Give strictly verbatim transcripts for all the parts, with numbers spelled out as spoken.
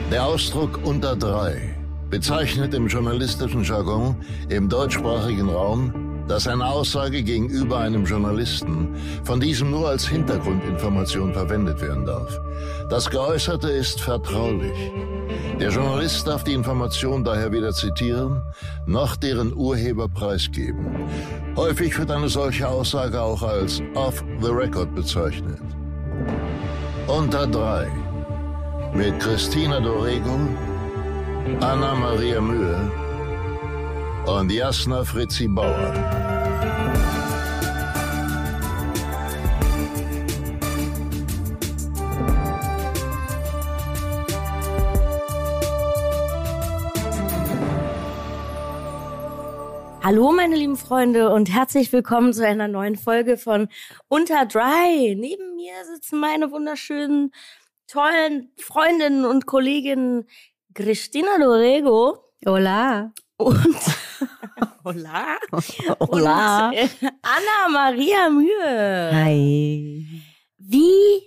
Der Ausdruck unter drei bezeichnet im journalistischen Jargon im deutschsprachigen Raum, dass eine Aussage gegenüber einem Journalisten von diesem nur als Hintergrundinformation verwendet werden darf. Das Geäußerte ist vertraulich. Der Journalist darf die Information daher weder zitieren, noch deren Urheber preisgeben. Häufig wird eine solche Aussage auch als off the record bezeichnet. Unter drei mit Christina Dorego, Anna Maria Mühe und Jasna Fritzi Bauer. Hallo meine lieben Freunde und herzlich willkommen zu einer neuen Folge von Unter drei. Neben mir sitzen meine wunderschönen, tollen Freundinnen und Kolleginnen Christina Dorego. Hola. Und Hola. Hola. Und äh, Anna Maria Mühe. Hi. Wie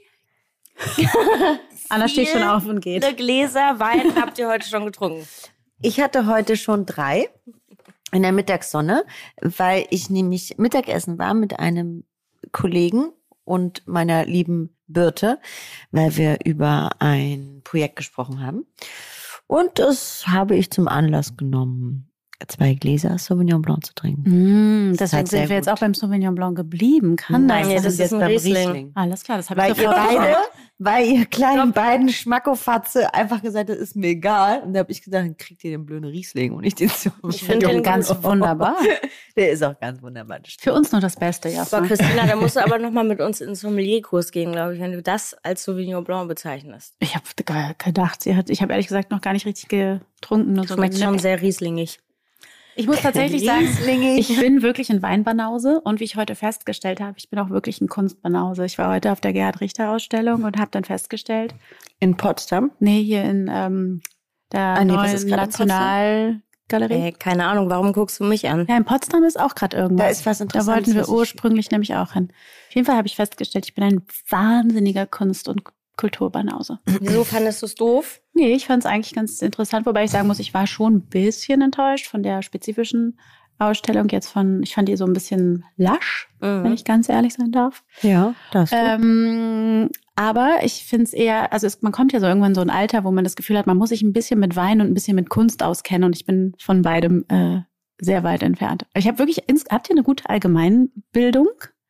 Anna steht schon auf und geht. viele Gläser Wein habt ihr heute schon getrunken? Ich hatte heute schon drei in der Mittagssonne, weil ich nämlich Mittagessen war mit einem Kollegen und meiner lieben Birte, weil wir über ein Projekt gesprochen haben. Und das habe ich zum Anlass genommen, zwei Gläser Sauvignon Blanc zu trinken. Mm, deswegen sind wir jetzt auch beim Sauvignon Blanc geblieben. Kann Nein, das? das, das ist jetzt ein Riesling. Riesling. Alles klar, das habe Weil ich ihr sofort beide, gesagt. weil ihr kleinen beiden Schmackofatze einfach gesagt habt, ist mir egal. Und da habe ich gesagt, dann kriegt ihr den blöden Riesling und nicht den Sauvignon. Ich finde den ganz wunderbar. Der ist auch ganz wunderbar. Für uns nur das Beste, ja. Aber Christina, da musst du aber nochmal mit uns in den Sommelierkurs gehen, glaube ich, wenn du das als Sauvignon Blanc bezeichnest. Ich habe gedacht, sie hat, ich habe ehrlich gesagt noch gar nicht richtig getrunken. Nur so Schmeckt mit- schon sehr rieslingig. Ich muss tatsächlich sagen, Rieslingig. ich bin wirklich ein Weinbanause und wie ich heute festgestellt habe, ich bin auch wirklich ein Kunstbanause. Ich war heute auf der Gerhard-Richter-Ausstellung und habe dann festgestellt, In Potsdam? nee, hier in ähm, der Ah, nee, was neuen ist gerade in Potsdam? Nationalgalerie. Äh, keine Ahnung, warum guckst du mich an? Ja, in Potsdam ist auch gerade irgendwas. Da ist was Da Interessantes, wollten wir was ich- ursprünglich nämlich auch hin. Auf jeden Fall habe ich festgestellt, ich bin ein wahnsinniger Kunst- und Kulturbanause. Wieso fandest du es doof? Nee, ich fand es eigentlich ganz interessant, wobei ich sagen muss, ich war schon ein bisschen enttäuscht von der spezifischen Ausstellung jetzt von, ich fand die so ein bisschen lasch, Mhm. wenn ich ganz ehrlich sein darf. Ja, das. Ähm, aber ich finde es eher, also es, man kommt ja so irgendwann in so ein Alter, wo man das Gefühl hat, man muss sich ein bisschen mit Wein und ein bisschen mit Kunst auskennen und ich bin von beidem äh, sehr weit entfernt. Ich habe wirklich, ins, habt ihr eine gute Allgemeinbildung?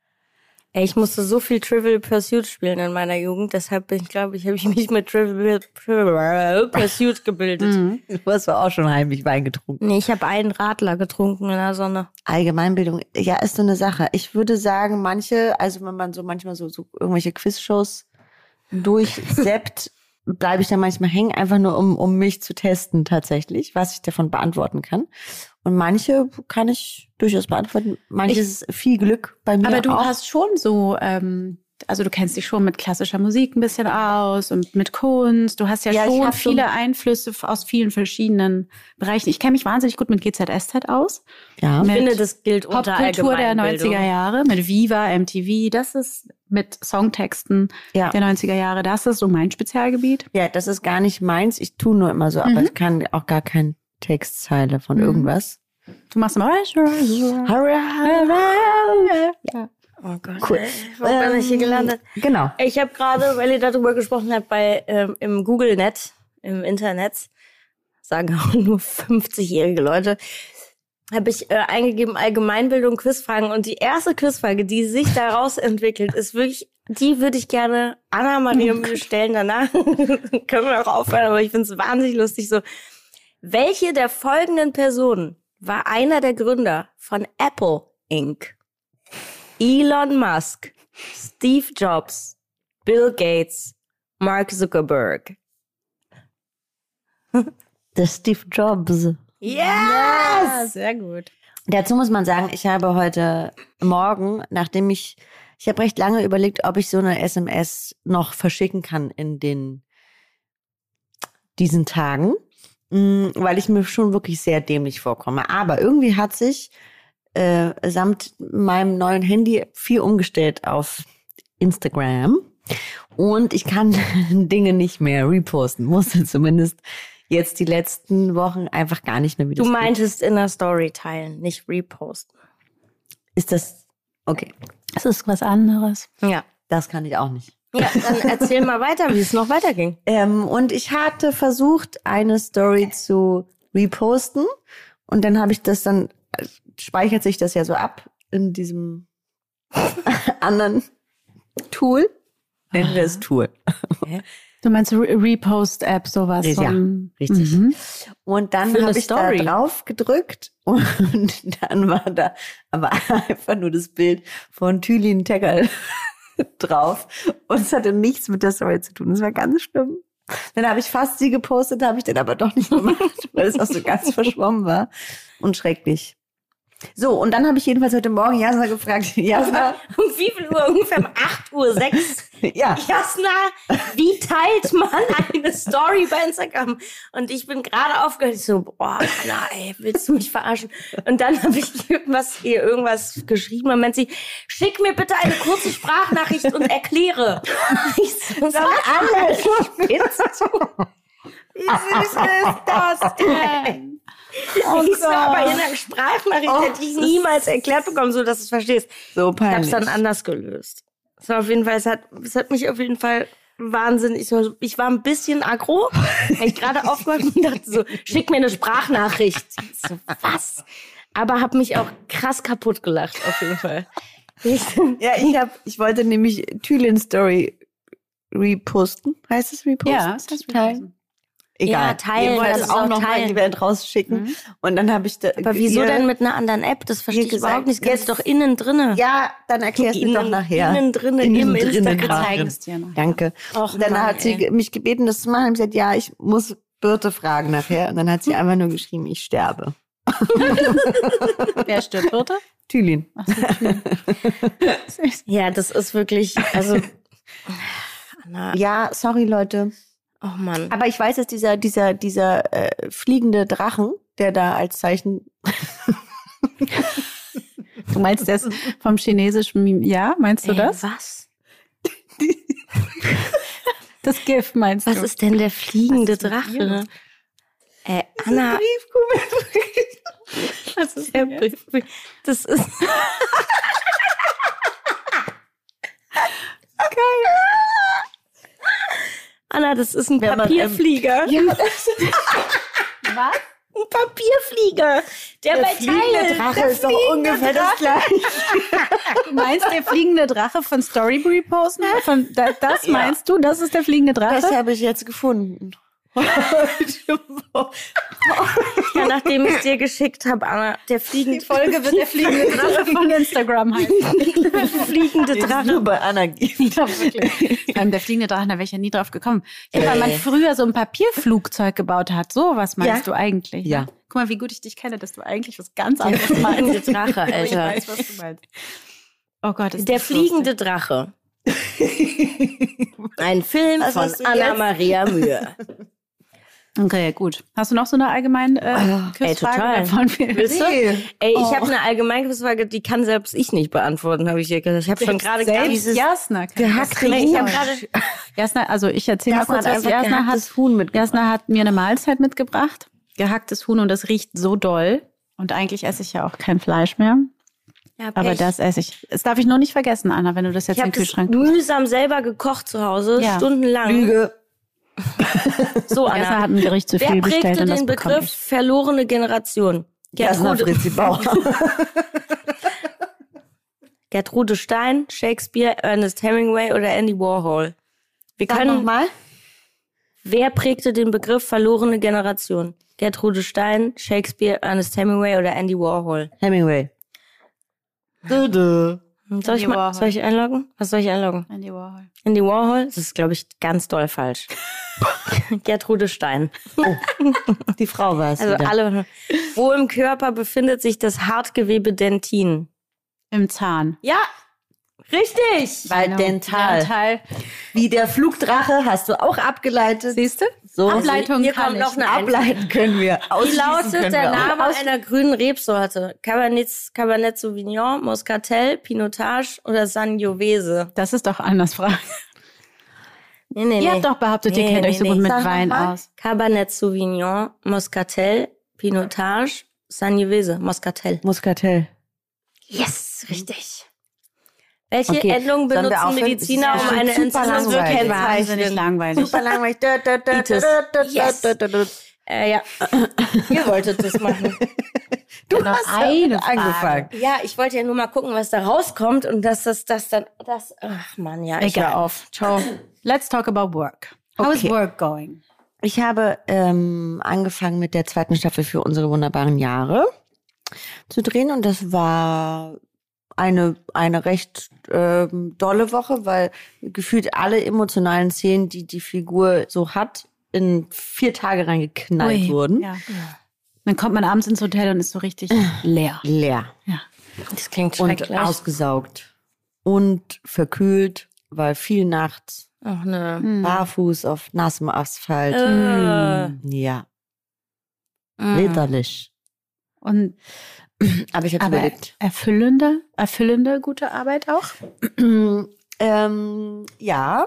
Ey, ich musste so viel Trivial Pursuit spielen in meiner Jugend, deshalb bin ich, glaube ich, habe ich mich mit Trivial, Trivial Pursuit gebildet. Mhm. Du hast auch schon heimlich Wein getrunken. Nee, ich habe einen Radler getrunken in der Sonne. Allgemeinbildung, ja, ist so eine Sache. Ich würde sagen, manche, also wenn man so manchmal so, so irgendwelche Quizshows durchseppt, bleibe ich da manchmal hängen, einfach nur um, um mich zu testen tatsächlich, was ich davon beantworten kann. Und manche kann ich durchaus beantworten. Manches ist viel Glück bei mir Aber du auch. hast schon so, ähm, also du kennst dich schon mit klassischer Musik ein bisschen aus und mit Kunst. Du hast ja, Ja, ich schon hab so- viele Einflüsse aus vielen verschiedenen Bereichen. Ich kenne mich wahnsinnig gut mit G Z S Z aus. ja. Ich Mit finde, das gilt unter Popkultur der Allgemeinbildung. neunziger Jahre, mit Viva, M T V. Das ist mit Songtexten Ja. der neunziger Jahre. Das ist so mein Spezialgebiet. ja, das ist gar nicht meins. Ich tue nur immer so, aber Mhm. ich kann auch gar keine Textzeile von Mhm. irgendwas. Du machst immer. Ja. Oh Gott, Cool. ey, wo bin ich hier gelandet? Genau. Ich habe gerade, weil ihr darüber gesprochen habt, bei ähm, im Google-Net, im Internet, sagen auch nur fünfzigjährige Leute, habe ich äh, eingegeben Allgemeinbildung, Quizfragen und die erste Quizfrage, die sich daraus entwickelt, ist wirklich, die würde ich gerne Anna Maria Mühe stellen. Danach können wir auch aufhören, aber ich finde es wahnsinnig lustig so. Welche der folgenden Personen war einer der Gründer von Apple Incorporated? Elon Musk, Steve Jobs, Bill Gates, Mark Zuckerberg. Der Steve Jobs. Yes! Sehr gut. Dazu muss man sagen, ich habe heute Morgen, nachdem ich, ich habe recht lange überlegt, ob ich so eine S M S noch verschicken kann in den diesen Tagen, mh, weil ich mir schon wirklich sehr dämlich vorkomme. Aber irgendwie hat sich äh, samt meinem neuen Handy viel umgestellt auf Instagram. Und ich kann Dinge nicht mehr reposten. Musste zumindest jetzt die letzten Wochen einfach gar nicht mehr wieder. Du meintest in der Story teilen, nicht reposten. Ist das okay? Das ist was anderes. Ja. Das kann ich auch nicht. Ja, dann erzähl mal weiter, wie es noch weiterging. Ähm, und ich hatte versucht, eine Story zu reposten. Und dann habe ich das dann, speichert sich das ja so ab in diesem anderen Tool. Nennen wir es Tool. Okay. Du meinst Re- Repost-App, sowas? Ja, von, richtig. Mhm. Und dann Für eine habe ich Story. da drauf gedrückt und dann war da aber einfach nur das Bild von Thülin Teckerl drauf. Und es hatte nichts mit der Story zu tun. Das war ganz schlimm. Dann habe ich fast sie gepostet, habe ich dann aber doch nicht gemacht, weil es auch so ganz verschwommen war und schrecklich. So, und dann habe ich jedenfalls heute Morgen Jasna gefragt, Jasna, Um wie viel Uhr? Ungefähr um acht Uhr sechs. ja, Jasna, wie teilt man eine Story bei Instagram? Und ich bin gerade aufgehört. Ich so, boah, Anna, ey, willst du mich verarschen? Und dann habe ich irgendwas, ihr irgendwas geschrieben und meint sie, schick mir bitte eine kurze Sprachnachricht und erkläre. Ich so, sag alle, spinnst du? Wie süß ist das denn? Oh ich so, Gott. aber in einer Sprachnachricht Oh, hätte ich niemals erklärt bekommen, so dass du es verstehst. so Ich habe es peinlich. dann anders gelöst. Es war auf jeden Fall, es hat, es hat mich auf jeden Fall wahnsinnig, ich war, ich war ein bisschen aggro, weil ich gerade aufgehört und dachte so, schick mir eine Sprachnachricht. Ich so, was? Aber habe mich auch krass kaputt gelacht, auf jeden Fall. Ich, Ja, ich hab, ich wollte nämlich Thülin Story reposten. Heißt es reposten? Ja, das heißt Teilen. Egal. Ja, teilen, Ihr wollt das es ist auch auch noch mal teilen. die Welt rausschicken. Mhm. Und dann habe ich da. aber wieso ihr, denn mit einer anderen App? Das verstehe Wie ich gesagt, überhaupt nicht. Das kannst jetzt- du doch innen drinne. Ja, dann erklärst du mir doch nachher. Innen drinne Innen im drinnen Instagram. drin. Zeigen es dir noch. Danke. Och, Und dann Mann, hat sie ey. mich gebeten, das zu machen. Und ich gesagt, ja, ich muss Birte fragen nachher. Und dann hat sie einfach nur geschrieben, ich sterbe. Wer stirbt, Birte? Thülin. Ach so, schön. Süß. Ja, das ist wirklich, also, Anna, Ja, sorry, Leute. oh Mann. Aber ich weiß, dass dieser, dieser, dieser äh, fliegende Drachen, der da als Zeichen. Du meinst das vom chinesischen Meme? Ja, meinst du Ey, das? was? Das GIF meinst Was du? ist denn der fliegende Was ist mit Drache? dir? Äh, Anna, was ist der Brief? Das ist. Anna, das ist ein Wenn man, ähm, Papierflieger. Was? Ein Papierflieger. Der, Der bei fliegende Teilen. Drache der ist doch fliegende ungefähr das Drache. Gleiche. Du meinst der fliegende Drache von Storybury posten? Von, da, das meinst du? Das ist der fliegende Drache? Das habe ich jetzt gefunden. Ja, nachdem ich es dir geschickt habe, Anna, der fliegende Die Folge wird der fliegende Drache von Instagram heißen. fliegende Nur Drache. bei Anna geben. Ja, wirklich. Vor allem der fliegende Drache, da wäre ich ja nie drauf gekommen. Ja, weil man Ey. früher so ein Papierflugzeug gebaut hat. So was meinst Ja. du eigentlich? Ja. Ne? Guck mal, wie gut ich dich kenne, dass du eigentlich was ganz anderes fliegende meinst. Drache, Ich Alter. weiß, was du meinst. Oh Gott, ist Der das fliegende Drache. Ein Film Was von hast du Anna jetzt? Maria Mühe. lustig. Okay, gut. Hast du noch so eine allgemeine äh, Ah, ey, Quizfrage? total. Oder wollen wir- Willst du? Nee. Ey, ich Oh. habe eine Allgemeinquizfrage, die kann selbst ich nicht beantworten, habe ich dir gesagt. Ich habe schon gerade Selbst dieses Jasna kann gehackte das. Nee, ich habe Huhn. gerade Jasna, also ich erzähle mal Jasna kurz, hat was einfach Jasna hat. gehacktes Huhn mitgebracht. Jasna hat mir eine Mahlzeit mitgebracht. Gehacktes Huhn und das riecht so doll. Und eigentlich esse ich ja auch kein Fleisch mehr. Ja, Aber Pech. das esse ich. Das darf ich nur nicht vergessen, Anna, wenn du das jetzt ich in habe den das Kühlschrank tust. mühsam selber gekocht zu Hause, Ja. stundenlang. Lüge. So, Jasna Anna. hat ein Gericht zu Wer viel bestellt prägte und das den bekomme Begriff ich. verlorene Generation? Jasna Gertrude, Fritzi Bauer. Gertrude Stein, Shakespeare, Ernest Hemingway oder Andy Warhol? Wir Sag können. nochmal. Wer prägte den Begriff verlorene Generation? Gertrude Stein, Shakespeare, Ernest Hemingway oder Andy Warhol? Hemingway. Dö, dö. Soll ich, Andy mal, Warhol. soll ich einloggen? Was soll ich einloggen? Andy Warhol. Andy Warhol? Das ist, glaube ich, ganz doll falsch. Gertrude Stein. Die Frau war es Also wieder. alle. Wo im Körper befindet sich das Hartgewebe Dentin? Im Zahn. Ja, richtig. Weil Genau. dental. Dental. Wie der Flugdrache hast du auch abgeleitet. Siehst du? So Ableitung hier kann kommt ich. noch eine ableiten können wir. Wie Ausschließen lautet können der wir auch. Name einer grünen Rebsorte? Cabernet, Cabernet Sauvignon, Moscatel, Pinotage oder Sangiovese? Das ist doch Annas Frage. Nee, nee, Ihr nee. habt doch behauptet, ihr Nee, kennt nee, euch so nee. gut mit Sag Wein mal. aus. Cabernet Sauvignon, Moscatel, Pinotage, Sangiovese, Moscatel. Muscatel. Yes, richtig. Welche Okay, Endung sollen wir benutzen aufhören? Mediziner, Das ist um eine super Entzündung zu langweilig. kennzeichnen? Wahnsinnig langweilig. Super langweilig. Da, da, da, Itis. da, da, Yes. da, da, da. Äh, ja. Ihr wolltet das machen. Du Noch hast eine ja Frage. angefangen. Ja, ich wollte ja nur mal gucken, was da rauskommt und dass das, das dann, das, ach Mann, ja, ich Egal. hör auf. Ciao. Let's talk about work. How is Okay. work going? Ich habe ähm, angefangen mit der zweiten Staffel für unsere wunderbaren Jahre zu drehen und das war eine eine recht ähm, dolle Woche, weil gefühlt alle emotionalen Szenen, die die Figur so hat, in vier Tage reingeknallt Ui. wurden. Ja. Dann kommt man abends ins Hotel und ist so richtig leer. Leer Ja. Das klingt und schrecklich. ausgesaugt und verkühlt, weil viel nachts Ach ne. Hm. barfuß auf nassem Asphalt. Äh. Ja, Mm. widerlich. Und Aber ich habe aber überlebt. erfüllende, erfüllende gute Arbeit auch? ähm, ja,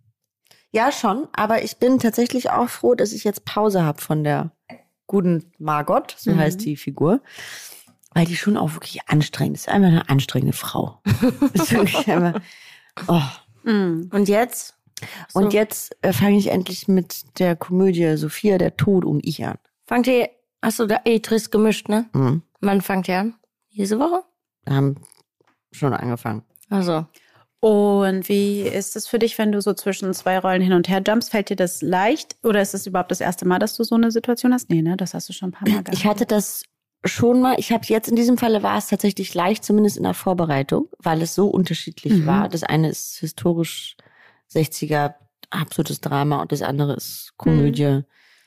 ja schon. Aber ich bin tatsächlich auch froh, dass ich jetzt Pause habe von der guten Margot, so Mhm. heißt die Figur, weil die schon auch wirklich anstrengend ist. Einfach eine anstrengende Frau. Ist wirklich einfach, oh. Mhm. Und jetzt? So. Und jetzt äh, fange ich endlich mit der Komödie Sophia, der Tod und ich an. Fangt ihr, hast du da Etris gemischt, ne? Mhm. Wann fangt ihr an? Diese Woche? Wir haben schon angefangen. Also. Und wie ist es für dich, wenn du so zwischen zwei Rollen hin und her jumpst? Fällt dir das leicht? Oder ist es überhaupt das erste Mal, dass du so eine Situation hast? Nee, ne? Das hast du schon ein paar Mal gehabt. Ich hatte das schon mal, ich habe jetzt in diesem Falle war es tatsächlich leicht, zumindest in der Vorbereitung, weil es so unterschiedlich Mhm. war. Das eine ist historisch sechziger, absolutes Drama und das andere ist Komödie,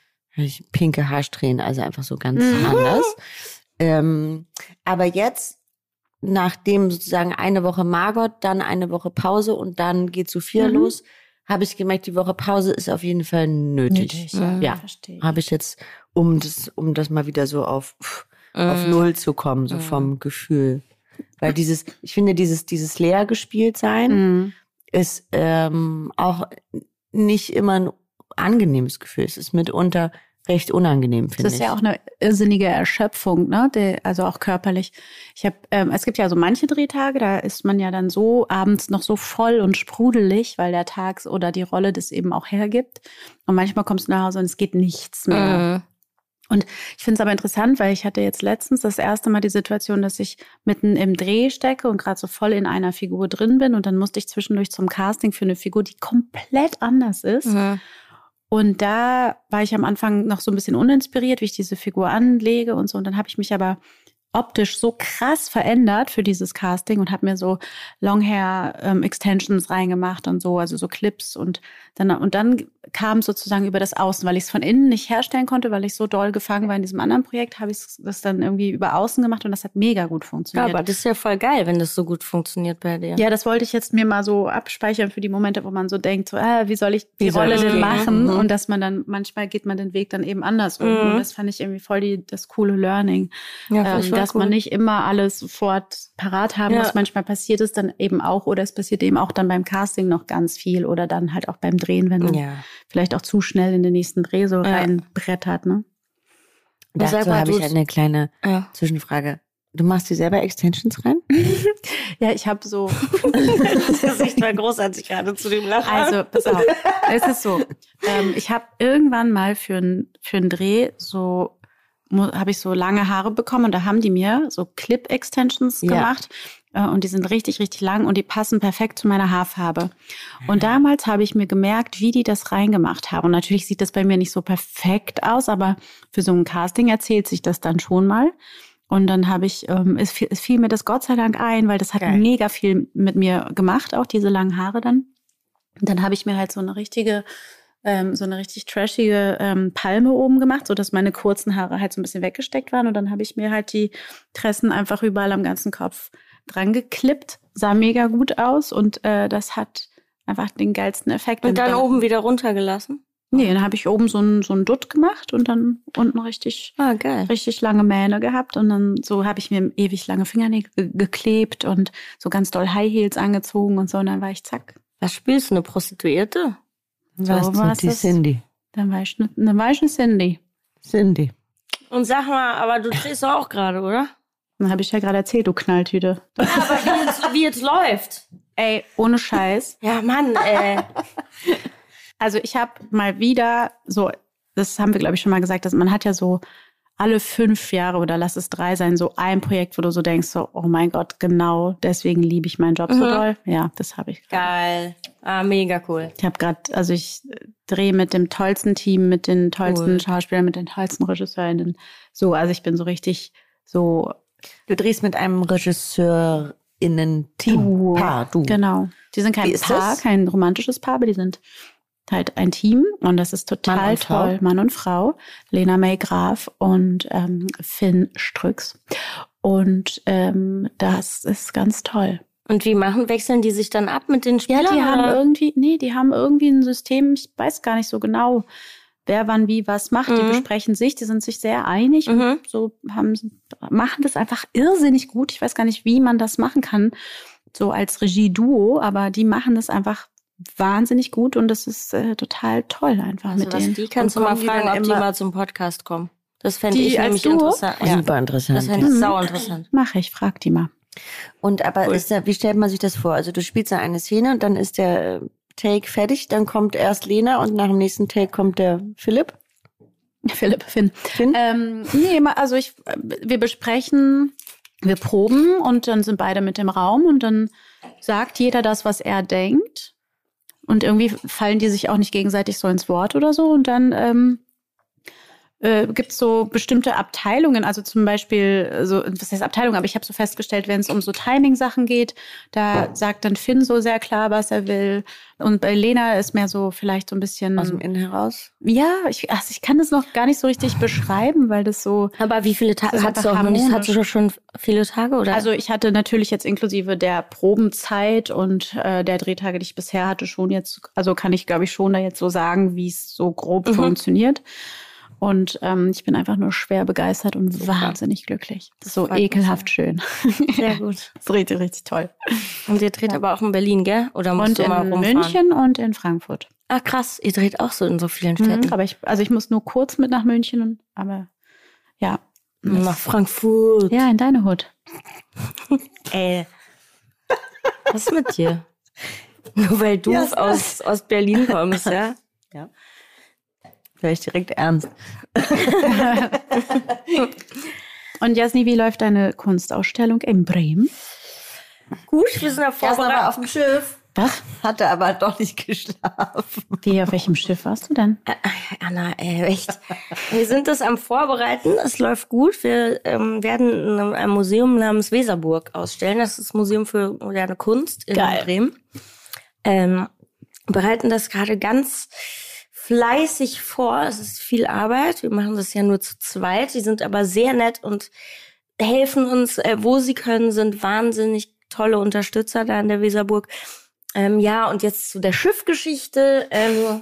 pinke Haarsträhnen, also einfach so ganz Mhm. anders. Ähm, aber jetzt, nachdem sozusagen eine Woche Margot, dann eine Woche Pause und dann geht Sophia Mhm. los, habe ich gemerkt, die Woche Pause ist auf jeden Fall nötig. Nötig, ja. Ja, verstehe. habe ich jetzt, um das, um das mal wieder so auf, auf Mm. Null zu kommen, so Mhm. vom Gefühl. Weil dieses, ich finde, dieses, dieses leer gespielt sein Mhm. ist ähm, auch nicht immer ein angenehmes Gefühl. Es ist mitunter recht unangenehm, Das finde ist ich. ja auch eine irrsinnige Erschöpfung, ne? Die, also auch körperlich. Ich habe, ähm, es gibt ja so manche Drehtage, da ist man ja dann so abends noch so voll und sprudelig, weil der Tag oder die Rolle das eben auch hergibt. Und manchmal kommst du nach Hause und es geht nichts mehr. Mhm. Und ich finde es aber interessant, weil ich hatte jetzt letztens das erste Mal die Situation, dass ich mitten im Dreh stecke und gerade so voll in einer Figur drin bin. Und dann musste ich zwischendurch zum Casting für eine Figur, die komplett anders ist. Mhm. Und da war ich am Anfang noch so ein bisschen uninspiriert, wie ich diese Figur anlege und so. Und dann habe ich mich aber optisch so krass verändert für dieses Casting und habe mir so Longhair-Extensions reingemacht und so, also so Clips. Und dann, und dann kam sozusagen über das Außen, weil ich es von innen nicht herstellen konnte, weil ich so doll gefangen war in diesem anderen Projekt, habe ich das dann irgendwie über Außen gemacht und das hat mega gut Ja, funktioniert. aber das ist ja voll geil, wenn das so gut funktioniert bei dir. Ja, das wollte ich jetzt mir mal so abspeichern für die Momente, wo man so denkt, so, äh, wie soll ich die Wie soll Rolle ich denn gehen? machen? Mhm. Und dass man dann, manchmal geht man den Weg dann eben anders um. Mhm. Und das fand ich irgendwie voll die, das coole Learning. Ja, ähm, voll dass cool. man nicht immer alles sofort parat haben Ja. muss. Manchmal passiert es dann eben auch oder es passiert eben auch dann beim Casting noch ganz viel oder dann halt auch beim Drehen, wenn man Ja. vielleicht auch zu schnell in den nächsten Dreh so Ja. reinbrettert, ne? Sag Dazu mal, habe ich du- eine kleine Ja. Zwischenfrage. Du machst dir selber Extensions rein? Ja, ich habe so, Das ist mal großartig gerade zu dem Lachen. also pass auf, es ist so, ähm, ich habe irgendwann mal für einen für einen Dreh so habe ich so lange Haare bekommen und da haben die mir so Clip-Extensions Ja. gemacht äh, und die sind richtig, richtig lang und die passen perfekt zu meiner Haarfarbe. Und damals habe ich mir gemerkt, wie die das reingemacht haben. Und natürlich sieht das bei mir nicht so perfekt aus, aber für so ein Casting erzählt sich das dann schon mal. Und dann habe ich, ähm, es, fiel, es fiel mir das Gott sei Dank ein, weil das hat Geil. mega viel mit mir gemacht, auch diese langen Haare dann. Und dann habe ich mir halt so eine richtige ähm, so eine richtig trashige ähm, Palme oben gemacht, sodass meine kurzen Haare halt so ein bisschen weggesteckt waren. Und dann habe ich mir halt die Tressen einfach überall am ganzen Kopf dran geklippt. Sah mega gut aus und äh, das hat einfach den geilsten Effekt. Und dann oben wieder runtergelassen? Nee, dann habe ich oben so einen so einen Dutt gemacht und dann unten richtig, Ah, geil. richtig lange Mähne gehabt. Und dann so habe ich mir ewig lange Fingernägel ge- geklebt und so ganz doll High Heels angezogen und so. Und dann war ich zack. Was spielst du, eine Prostituierte? So, was die Cindy. Dann war ich eine weiche Cindy. Cindy. Und sag mal, aber du drehst doch auch gerade, oder? Dann habe ich ja gerade erzählt, du Knalltüte. Ja, aber wie jetzt, wie jetzt läuft. Ey, ohne Scheiß. Ja, Mann, ey. Also ich habe mal wieder so, das haben wir, glaube ich, schon mal gesagt, dass man hat ja so alle fünf Jahre oder lass es drei sein, so ein Projekt, wo du so denkst, so, oh mein Gott, genau deswegen liebe ich meinen Job mhm. so doll. Ja, das habe ich. Geil. Ah, mega cool. Ich habe gerade, also ich drehe mit dem tollsten Team, mit den tollsten cool. Schauspielern, mit den tollsten Regisseurinnen. So, also ich bin so richtig so. Du drehst mit einem RegisseurInnen-Team. Du. Paar, du. Genau. Die sind kein Paar, das? kein romantisches Paar, aber die sind halt ein Team und das ist total Mann toll. Mann und Frau. Lena May Graf und ähm, Finn Strücks. Und ähm, das ist ganz toll. Und wie machen, wechseln die sich dann ab mit den Spielern? Ja, die oder? haben irgendwie, nee, die haben irgendwie ein System, ich weiß gar nicht so genau, wer wann wie was macht. Mhm. Die besprechen sich, die sind sich sehr einig mhm. und so haben, machen das einfach irrsinnig gut. Ich weiß gar nicht, wie man das machen kann, so als Regie-Duo, aber die machen das einfach wahnsinnig gut und das ist äh, total toll einfach also mit was denen. Die kannst du mal fragen, ob die mal zum Podcast kommen. Das fände ich nämlich Duo? interessant. Ja. Super interessant. Das fände ich mhm. sau interessant. Mach ich, frag die mal. Und aber cool. ist da, wie stellt man sich das vor? Also du spielst da eine Szene und dann ist der Take fertig, dann kommt erst Lena und nach dem nächsten Take kommt der Philipp. Philipp, Finn. Finn? Ähm, nee, also ich, wir besprechen, wir proben und dann sind beide mit im Raum und dann sagt jeder das, was er denkt. Und irgendwie fallen die sich auch nicht gegenseitig so ins Wort oder so. Und dann ähm, äh, gibt es so bestimmte Abteilungen, also zum Beispiel, so, was heißt Abteilung, aber ich habe so festgestellt, wenn es um so Timing-Sachen geht, da sagt dann Finn so sehr klar, was er will. Und bei Lena ist mehr so vielleicht so ein bisschen aus dem Innen heraus. Ja, ich, also ich kann das noch gar nicht so richtig beschreiben, weil das so. Aber wie viele Tage hast du auch noch nicht? Hast du schon viele Tage oder? Also ich hatte natürlich jetzt inklusive der Probenzeit und äh, der Drehtage, die ich bisher hatte, schon jetzt, also kann ich glaube ich schon da jetzt so sagen, wie es so grob mhm. funktioniert. Und ähm, ich bin einfach nur schwer begeistert und super. Wahnsinnig glücklich. Das ist so ekelhaft schön. Sehr gut. Das ist richtig, richtig toll. Und ihr dreht ja. aber auch in Berlin, gell? Oder musst und du mal in rumfahren? München und in Frankfurt. Ach krass, ihr dreht auch so in so vielen Städten. Mhm, aber ich, also ich muss nur kurz mit nach München, aber ja. Nach Frankfurt. Ja, in deine Hut. Ey, was ist mit dir? Nur weil du ja, aus, aus Berlin kommst, ja? Ja. Vielleicht direkt ernst. Und Jasni, wie läuft deine Kunstausstellung in Bremen? Gut, wir sind auf Vorbereitung auf dem Schiff. Was? Hatte aber doch nicht geschlafen. Wie, auf welchem Schiff warst du denn? Äh, Anna, ey, echt. Wir sind das am Vorbereiten. Es läuft gut. Wir ähm, werden in einem Museum namens Weserburg ausstellen. Das ist das Museum für moderne Kunst in Geil. Bremen. Ähm, bereiten das gerade ganz fleißig vor. Es ist viel Arbeit. Wir machen das ja nur zu zweit. Die sind aber sehr nett und helfen uns, äh, wo sie können, sind wahnsinnig tolle Unterstützer da in der Weserburg. Ähm, ja, und jetzt zu der Schiffgeschichte. Ähm,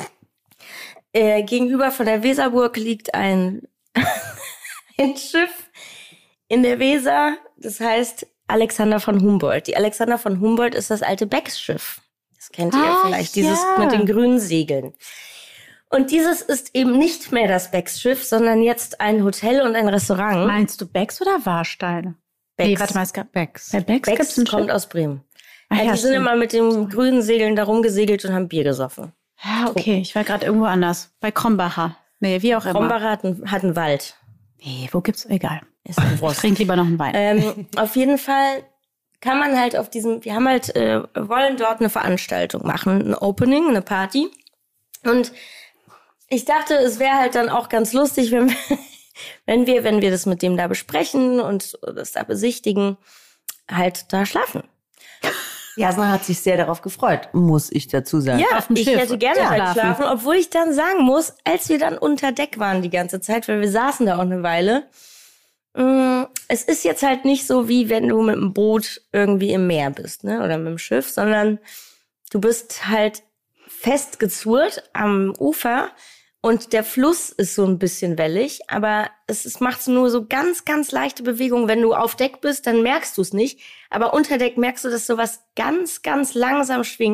äh, gegenüber von der Weserburg liegt ein, ein Schiff in der Weser. Das heißt Alexander von Humboldt. Die Alexander von Humboldt ist das alte Becks-Schiff. Das kennt ihr ah, vielleicht, dieses ja. mit den grünen Segeln. Und dieses ist eben nicht mehr das Becks-Schiff, sondern jetzt ein Hotel und ein Restaurant. Meinst du Becks oder Warsteine? Becks. Nee, warte mal, es gab Becks. Bei Becks, Becks gibt's ein kommt Schiff? aus Bremen. Ach, ja, ja, die sind stimmt. immer mit den grünen Segeln da rumgesegelt und haben Bier gesoffen. Ja, okay, ich war gerade irgendwo anders. Bei Krombacher. Nee, wie auch immer. Krombacher hat einen, hat einen Wald. Nee, wo gibt's? Egal. Ist ein Ich trinke lieber noch einen Wein. ähm, auf jeden Fall kann man halt auf diesem, wir haben halt, äh, wollen dort eine Veranstaltung machen, ein Opening, eine Party. Und ich dachte, es wäre halt dann auch ganz lustig, wenn wir, wenn wir, wenn wir das mit dem da besprechen und das da besichtigen, halt da schlafen. Jasna hat sich sehr darauf gefreut, muss ich dazu sagen. Ja, Auf dem ich Schiff hätte gerne zu halt schlafen. schlafen, obwohl ich dann sagen muss, als wir dann unter Deck waren die ganze Zeit, weil wir saßen da auch eine Weile, mh, es ist jetzt halt nicht so, wie wenn du mit dem Boot irgendwie im Meer bist, ne, oder mit dem Schiff, sondern du bist halt festgezurrt am Ufer und der Fluss ist so ein bisschen wellig, aber es ist, macht nur so ganz, ganz leichte Bewegungen. Wenn du auf Deck bist, dann merkst du es nicht, aber unter Deck merkst du, dass sowas ganz, ganz langsam schwingt.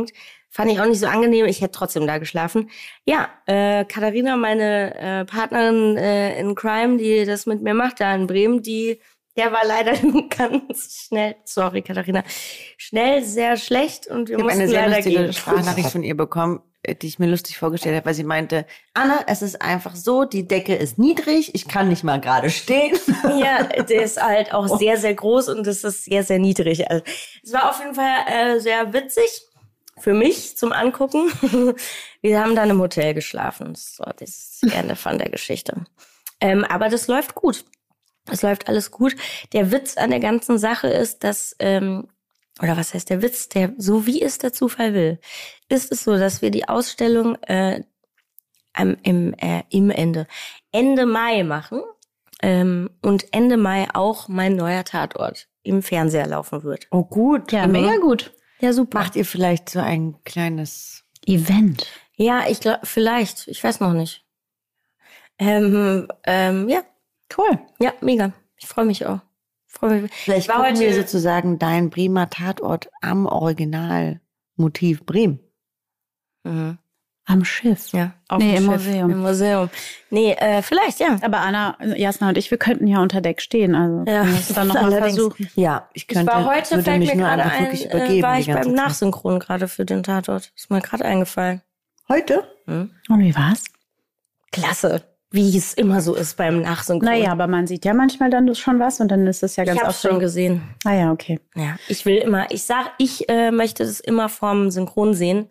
Fand ich auch nicht so angenehm. Ich hätte trotzdem da geschlafen. Ja, äh, Katharina, meine äh, Partnerin äh, in Crime, die das mit mir macht, da in Bremen, die, der war leider ganz schnell, sorry Katharina, schnell sehr schlecht und wir ich mussten habe eine sehr leider lustige gehen. Sprachnachricht von ihr bekommen, die ich mir lustig vorgestellt habe, weil sie meinte, Anna, es ist einfach so, die Decke ist niedrig, ich kann nicht mal gerade stehen. Ja, der ist halt auch sehr, sehr groß und das ist sehr, sehr niedrig. Also, es war auf jeden Fall äh, sehr witzig für mich zum Angucken. Wir haben dann im Hotel geschlafen. So, das ist das Ende von der Geschichte. Ähm, aber das läuft gut. Es läuft alles gut. Der Witz an der ganzen Sache ist, dass, ähm, oder was heißt der Witz? Der, so wie es der Zufall will, ist es so, dass wir die Ausstellung äh, am, im, äh, im Ende, Ende Mai machen ähm, und Ende Mai auch mein neuer Tatort im Fernseher laufen wird. Oh gut. Ja, mega gut. Ja, super. Macht ihr vielleicht so ein kleines Event. Ja, ich glaube, vielleicht. Ich weiß noch nicht. Ähm, ähm, ja, Cool. ja, mega. Ich freue mich auch. Freu mich. Vielleicht war gucken heute- wir sozusagen dein Bremer Tatort am Originalmotiv Bremen. Mhm. Am Schiff. Ja, auf Nee, dem im Schiff, Museum. Im Museum. Nee, äh, vielleicht, ja. Aber Anna, Jasna und ich, wir könnten ja unter Deck stehen. Also Ja, können wir es dann noch mal allerdings. versuchen. Ja, ich Ich könnte war heute, würde fällt mich mir nur gerade einfach ein, wirklich äh, übergeben. war die ich ganze beim Zeit. Nachsynchron gerade für den Tatort. Ist mir gerade eingefallen. Heute? Hm? Und wie war's? Klasse. Wie es immer so ist beim Nachsynchron. Naja, aber man sieht ja manchmal dann schon was und dann ist es ja ganz ich habe oft schon so. gesehen. Ah ja, okay. Ja, ich will immer, ich sag, ich äh, möchte das immer vorm Synchron sehen,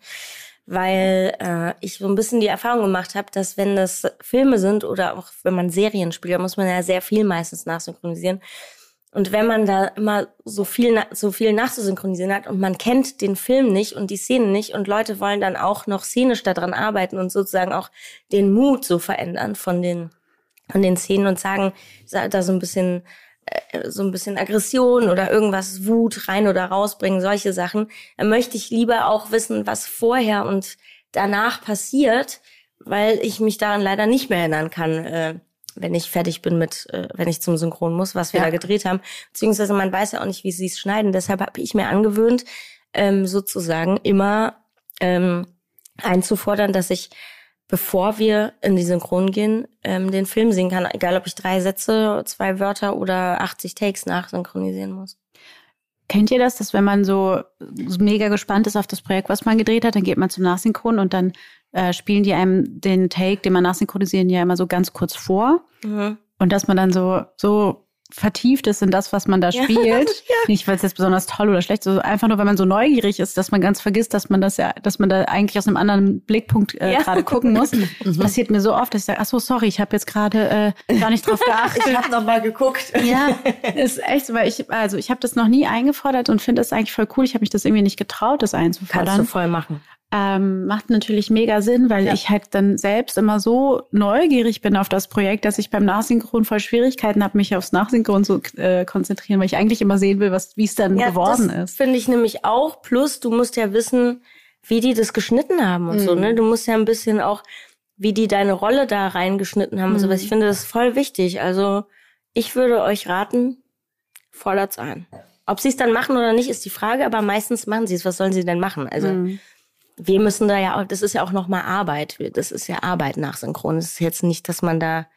weil äh, ich so ein bisschen die Erfahrung gemacht habe, dass wenn das Filme sind oder auch wenn man Serien spielt, da muss man ja sehr viel meistens nachsynchronisieren. Und wenn man da immer so viel, na- so viel nachzusynchronisieren hat und man kennt den Film nicht und die Szenen nicht und Leute wollen dann auch noch szenisch daran arbeiten und sozusagen auch den Mut so verändern von den, von den Szenen und sagen, da so ein bisschen, äh, so ein bisschen Aggression oder irgendwas, Wut rein oder rausbringen, solche Sachen, dann möchte ich lieber auch wissen, was vorher und danach passiert, weil ich mich daran leider nicht mehr erinnern kann, äh, wenn ich fertig bin mit, äh, wenn ich zum Synchron muss, was wir Ja. da gedreht haben. Beziehungsweise man weiß ja auch nicht, wie sie es schneiden. Deshalb habe ich mir angewöhnt, ähm, sozusagen immer ähm, einzufordern, dass ich, bevor wir in die Synchron gehen, ähm, den Film sehen kann. Egal, ob ich drei Sätze, zwei Wörter oder achtzig Takes nachsynchronisieren muss. Kennt ihr das, dass wenn man so so mega gespannt ist auf das Projekt, was man gedreht hat, dann geht man zum Nachsynchron und dann äh, spielen die einem den Take, den man nachsynchronisieren, ja immer so ganz kurz vor. Mhm. Und dass man dann so so vertieft ist in das, was man da Ja. spielt. Nicht, weil es jetzt besonders toll oder schlecht ist, so einfach nur, wenn man so neugierig ist, dass man ganz vergisst, dass man das ja, dass man da eigentlich aus einem anderen Blickpunkt äh, Ja. gerade gucken muss. Das passiert mir so oft, dass ich sage, ach so, sorry, ich habe jetzt gerade äh, gar nicht drauf geachtet. Ich habe noch mal geguckt. Ja, ist echt so, weil ich, also ich habe das noch nie eingefordert und finde das eigentlich voll cool. Ich habe mich das irgendwie nicht getraut, das Kannst du einzufordern. voll machen. Ähm, macht natürlich mega Sinn, weil Ja. ich halt dann selbst immer so neugierig bin auf das Projekt, dass ich beim Nachsynchron voll Schwierigkeiten habe, mich aufs Nachsynchron zu äh, konzentrieren, weil ich eigentlich immer sehen will, was wie es dann geworden das ist. finde ich nämlich auch. Plus, du musst ja wissen, wie die das geschnitten haben und so, ne? Du musst ja ein bisschen auch, wie die deine Rolle da reingeschnitten haben und so was. Ich finde das voll wichtig. Also, ich würde euch raten, fordert's ein. Ob sie es dann machen oder nicht, ist die Frage, aber meistens machen sie es. Was sollen sie denn machen? Also, Mhm. wir müssen da ja auch, das ist ja auch nochmal Arbeit. Das ist ja Arbeit nach Synchron. Es ist jetzt nicht, dass man da,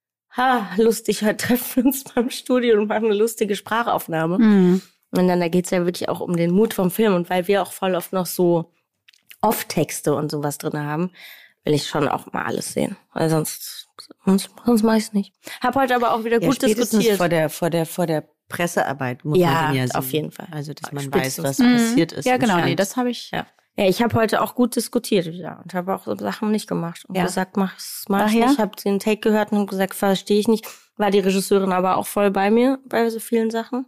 ha, lustig, heute treffen wir uns beim Studio und machen eine lustige Sprachaufnahme. Mhm. Und dann, da geht's ja wirklich auch um den Mut vom Film. Und weil wir auch voll oft noch so Off-Texte und sowas drin haben, will ich schon auch mal alles sehen. Weil sonst, sonst, sonst mach ich's nicht. Hab heute aber auch wieder Ja, gut spätestens diskutiert. vor der, vor der, vor der Pressearbeit muss Ja, man den ja sehen. auf jeden Fall. Also, dass man Spätestens. weiß, was passiert ist. Ja, im genau, Stand. nee, das habe ich. Ja. Ja, ich habe heute auch gut diskutiert wieder und habe auch so Sachen nicht gemacht und Ja. gesagt, mach's, mach Ach ich ja? nicht. Ich habe den Take gehört und hab gesagt, verstehe ich nicht. War die Regisseurin aber auch voll bei mir bei so vielen Sachen.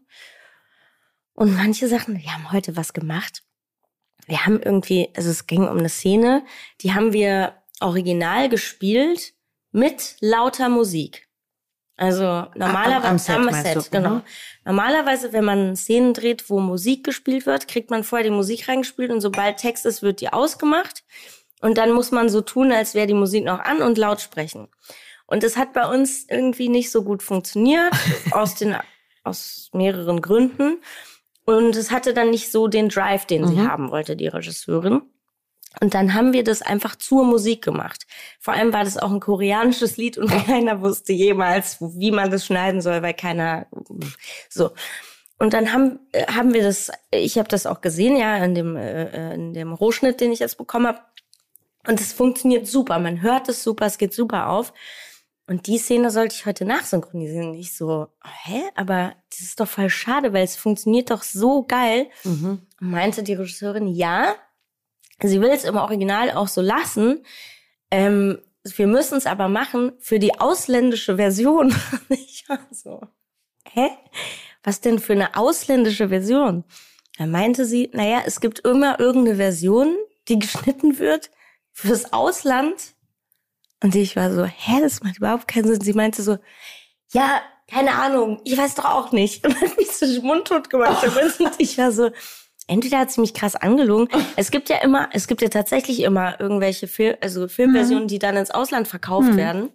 Und manche Sachen, wir haben heute was gemacht. Wir haben irgendwie, also es ging um eine Szene, die haben wir original gespielt mit lauter Musik. Also normalerweise am Set, am meinst Set, du? genau. Mhm. Normalerweise, wenn man Szenen dreht, wo Musik gespielt wird, kriegt man vorher die Musik reingespielt und sobald Text ist, wird die ausgemacht. Und dann muss man so tun, als wäre die Musik noch an und laut sprechen. Und das hat bei uns irgendwie nicht so gut funktioniert, aus den, aus mehreren Gründen. Und es hatte dann nicht so den Drive, den sie Mhm. haben wollte, die Regisseurin. Und dann haben wir das einfach zur Musik gemacht. Vor allem war das auch ein koreanisches Lied und keiner wusste jemals, wie man das schneiden soll, weil keiner so. Und dann haben haben wir das, ich habe das auch gesehen, ja, in dem äh, in dem Rohschnitt, den ich jetzt bekommen habe. Und es funktioniert super, man hört es super, es geht super auf. Und die Szene sollte ich heute nachsynchronisieren. Und ich so, hä? Aber das ist doch voll schade, weil es funktioniert doch so geil. Mhm. Und meinte die Regisseurin, ja, sie will es im Original auch so lassen. Ähm, wir müssen es aber machen für die ausländische Version. Und ich war so, hä? Was denn für eine ausländische Version? Da meinte sie, naja, es gibt immer irgendeine Version, die geschnitten wird fürs Ausland. Und ich war so, hä, das macht überhaupt keinen Sinn. Sie meinte so, ja, keine Ahnung, ich weiß doch auch nicht. Und hat mich so mundtot gemacht. Und ich war so, entweder hat sie mich krass angelogen. Es gibt ja immer, es gibt ja tatsächlich immer irgendwelche Film, also Filmversionen, die dann ins Ausland verkauft mhm. werden.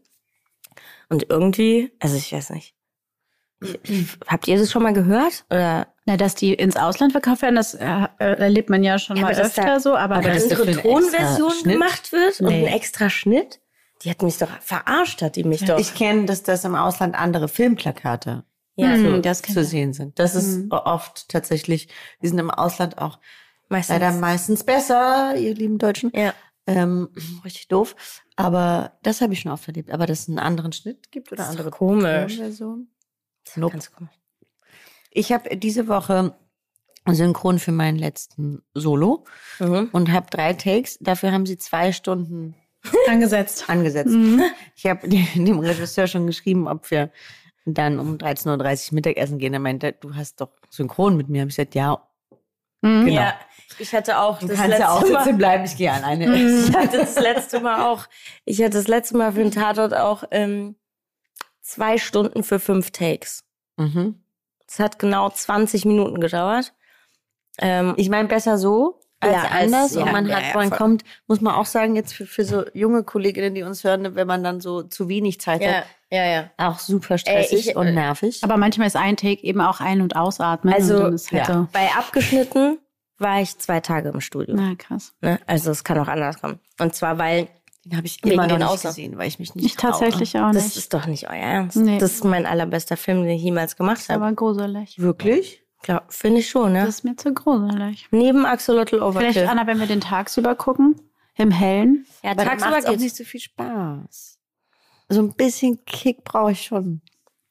Und irgendwie, also ich weiß nicht. Ich, habt ihr das schon mal gehört? Oder? Na, dass die ins Ausland verkauft werden, das äh, erlebt man ja schon ja, mal öfter da, so. Aber, aber dass eine Tonversion gemacht wird nee. und ein extra Schnitt, die hat mich doch verarscht, hat die mich ja. doch. Ich kenne, dass das im Ausland andere Filmplakate ja, so mhm, das zu sehen sind. Das ist mhm. oft tatsächlich, die sind im Ausland auch meistens. leider meistens besser, ihr lieben Deutschen. Ja. Ähm, richtig doof. Aber das habe ich schon oft erlebt. Aber dass es einen anderen Schnitt gibt oder das andere Tonversion. Nope. Ganz komisch. Ich habe diese Woche Synchron für meinen letzten Solo mhm. und habe drei Takes. Dafür haben sie zwei Stunden angesetzt. angesetzt. Mhm. Ich habe dem Regisseur schon geschrieben, ob wir dann um dreizehn Uhr dreißig Mittagessen gehen. Er meinte, du hast doch Synchron mit mir. Hab ich gesagt, ja. Mhm. Genau. Ja, ich hatte auch du das kannst letzte ja auch Mal, sitzen bleiben, ich gehe alleine essen. Ich hatte das letzte Mal auch, ich hatte das letzte Mal für den Tatort auch ähm, zwei Stunden für fünf Takes. Mhm. Es hat genau zwanzig Minuten gedauert. Ähm, ich meine, besser so als ja, anders. als, und ja, man ja, hat, ja, man voll. kommt, muss man auch sagen, jetzt für, für so junge Kolleginnen, die uns hören, wenn man dann so zu wenig Zeit ja, hat, ja, ja. auch super stressig Ey, ich, und nervig. Aber manchmal ist ein Take eben auch ein- und ausatmen. Also und dann ist halt ja. so. Bei Abgeschnitten war ich zwei Tage im Studio. Na, krass. Ne? Also es kann auch anders kommen. Und zwar, weil den habe ich wegen immer noch den nicht Außen. gesehen, weil ich mich nicht Ich tatsächlich auch nicht. Das ist doch nicht euer Ernst. Nee. Das ist mein allerbester Film, den ich jemals gemacht habe. Aber gruselig. Wirklich? Ja, finde ich schon, ne? Das ist mir zu gruselig. Neben Axolotl Overkill. Vielleicht, Anna, wenn wir den tagsüber gucken, im Hellen. Ja, Aber tagsüber macht's auch geht's. nicht so viel Spaß. So ein bisschen Kick brauche ich schon.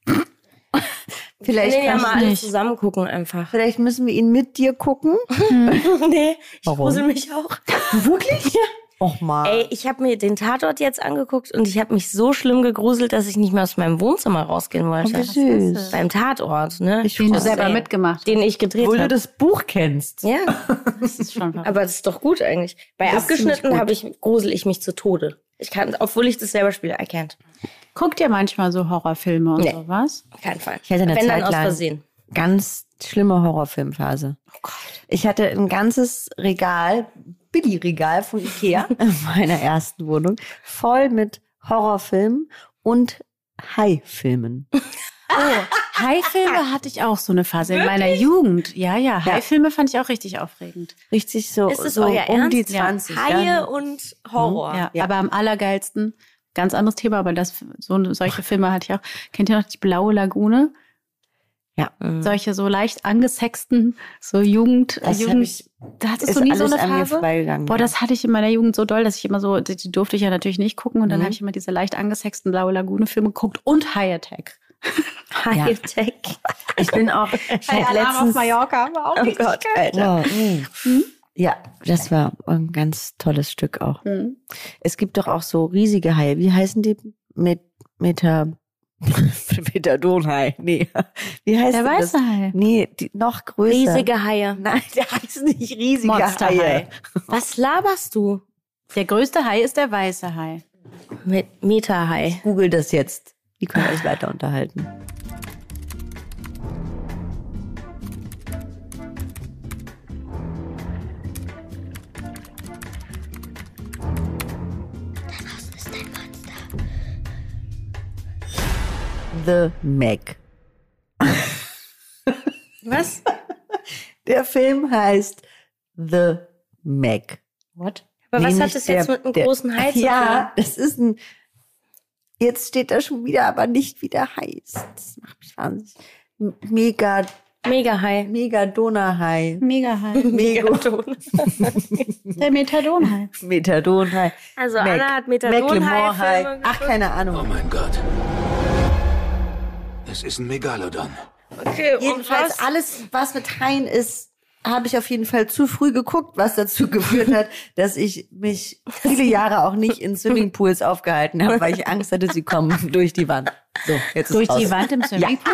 Vielleicht, nee, ja kann mal ich alle nicht. zusammen gucken einfach. Vielleicht müssen wir ihn mit dir gucken. Nee, ich Warum? grusel mich auch. Wirklich? Ja. Och mal. Ey, ich habe mir den Tatort jetzt angeguckt und ich habe mich so schlimm gegruselt, dass ich nicht mehr aus meinem Wohnzimmer rausgehen wollte. Oh, wie süß. Beim Tatort, ne? Ich Den du Das selber ey, mitgemacht Den ich gedreht Obwohl habe. du das Buch kennst. Ja, Das ist schon verrückt. aber das ist doch gut eigentlich. Bei Das ist ziemlich Abgeschnitten gut. habe ich grusel ich mich zu Tode. Ich kann, obwohl ich das selber spiele, I can't. Guckt ihr manchmal so Horrorfilme und Nee. sowas? Kein Fall. Ich hatte eine Wenn Zeit dann aus lang Versehen. ganz schlimme Horrorfilmphase. Oh Gott. Ich hatte ein ganzes Regal, Billy-Regal von Ikea in meiner ersten Wohnung, voll mit Horrorfilmen und Hai-Filmen. Oh, Hai-Filme hatte ich auch so eine Phase in meiner Jugend. Ja, ja, Hai-Filme fand ich auch richtig aufregend. Richtig so, Ist es so euer um die Ernst? zwanzig. Haie ja. und Horror. Ja, Ja. aber am allergeilsten, ganz anderes Thema, aber das, so, solche Filme hatte ich auch. Kennt ihr noch die Blaue Lagune? Ja. Solche so leicht angesexten, so Jugend, Das Jugend hab ich, da hattest ist du nie so alles eine an mir Phase? vorbeigegangen. Boah, das hatte ich in meiner Jugend so doll, dass ich immer so, die, die durfte ich ja natürlich nicht gucken und dann Mhm. habe ich immer diese leicht angesexten Blaue Lagune Filme geguckt und High Attack. High-Tech. Ich bin auch, ich hab letztens, Mallorca war auch Oh Gott, Alter. Wow. Mhm. Ja, das war ein ganz tolles Stück auch. Mhm. Es gibt doch auch so riesige Haie. Wie heißen die? Met, Meta, Methadonhai. Nee. Wie heißt Der das? weiße Hai. Nee, die noch größer. Riesige Haie. Nein, der heißt nicht riesige Monsterhai. Haie. Was laberst du? Der größte Hai ist der weiße Hai. Mit Meta-Hai. Google das jetzt. Die können wir euch weiter unterhalten. The Meg. Was? Der Film heißt The Meg. What? Aber Nee, was hat nicht das jetzt der- mit einem der- großen Hai zu tun? Ja, das ist ein. Jetzt steht da schon wieder, aber nicht wie der heißt. Das macht mich wahnsinnig. M- Mega, Mega Hai. Megadona-Hai. Mega Hai. Megadon. Der Methadon-Hai. Methadon-Hai. Also Mac- Anna hat Methadon-Hai-Filme Macklemore-Hai. Ach, geguckt. keine Oh Ahnung. mein Gott. Es ist ein Megalodon. Okay, und Jedenfalls was? alles, was mit Haien ist, habe ich auf jeden Fall zu früh geguckt, was dazu geführt hat, dass ich mich viele Jahre auch nicht in Swimmingpools aufgehalten habe, weil ich Angst hatte, sie kommen durch die Wand. So, jetzt ist Durch die aus. Wand im Swimmingpool?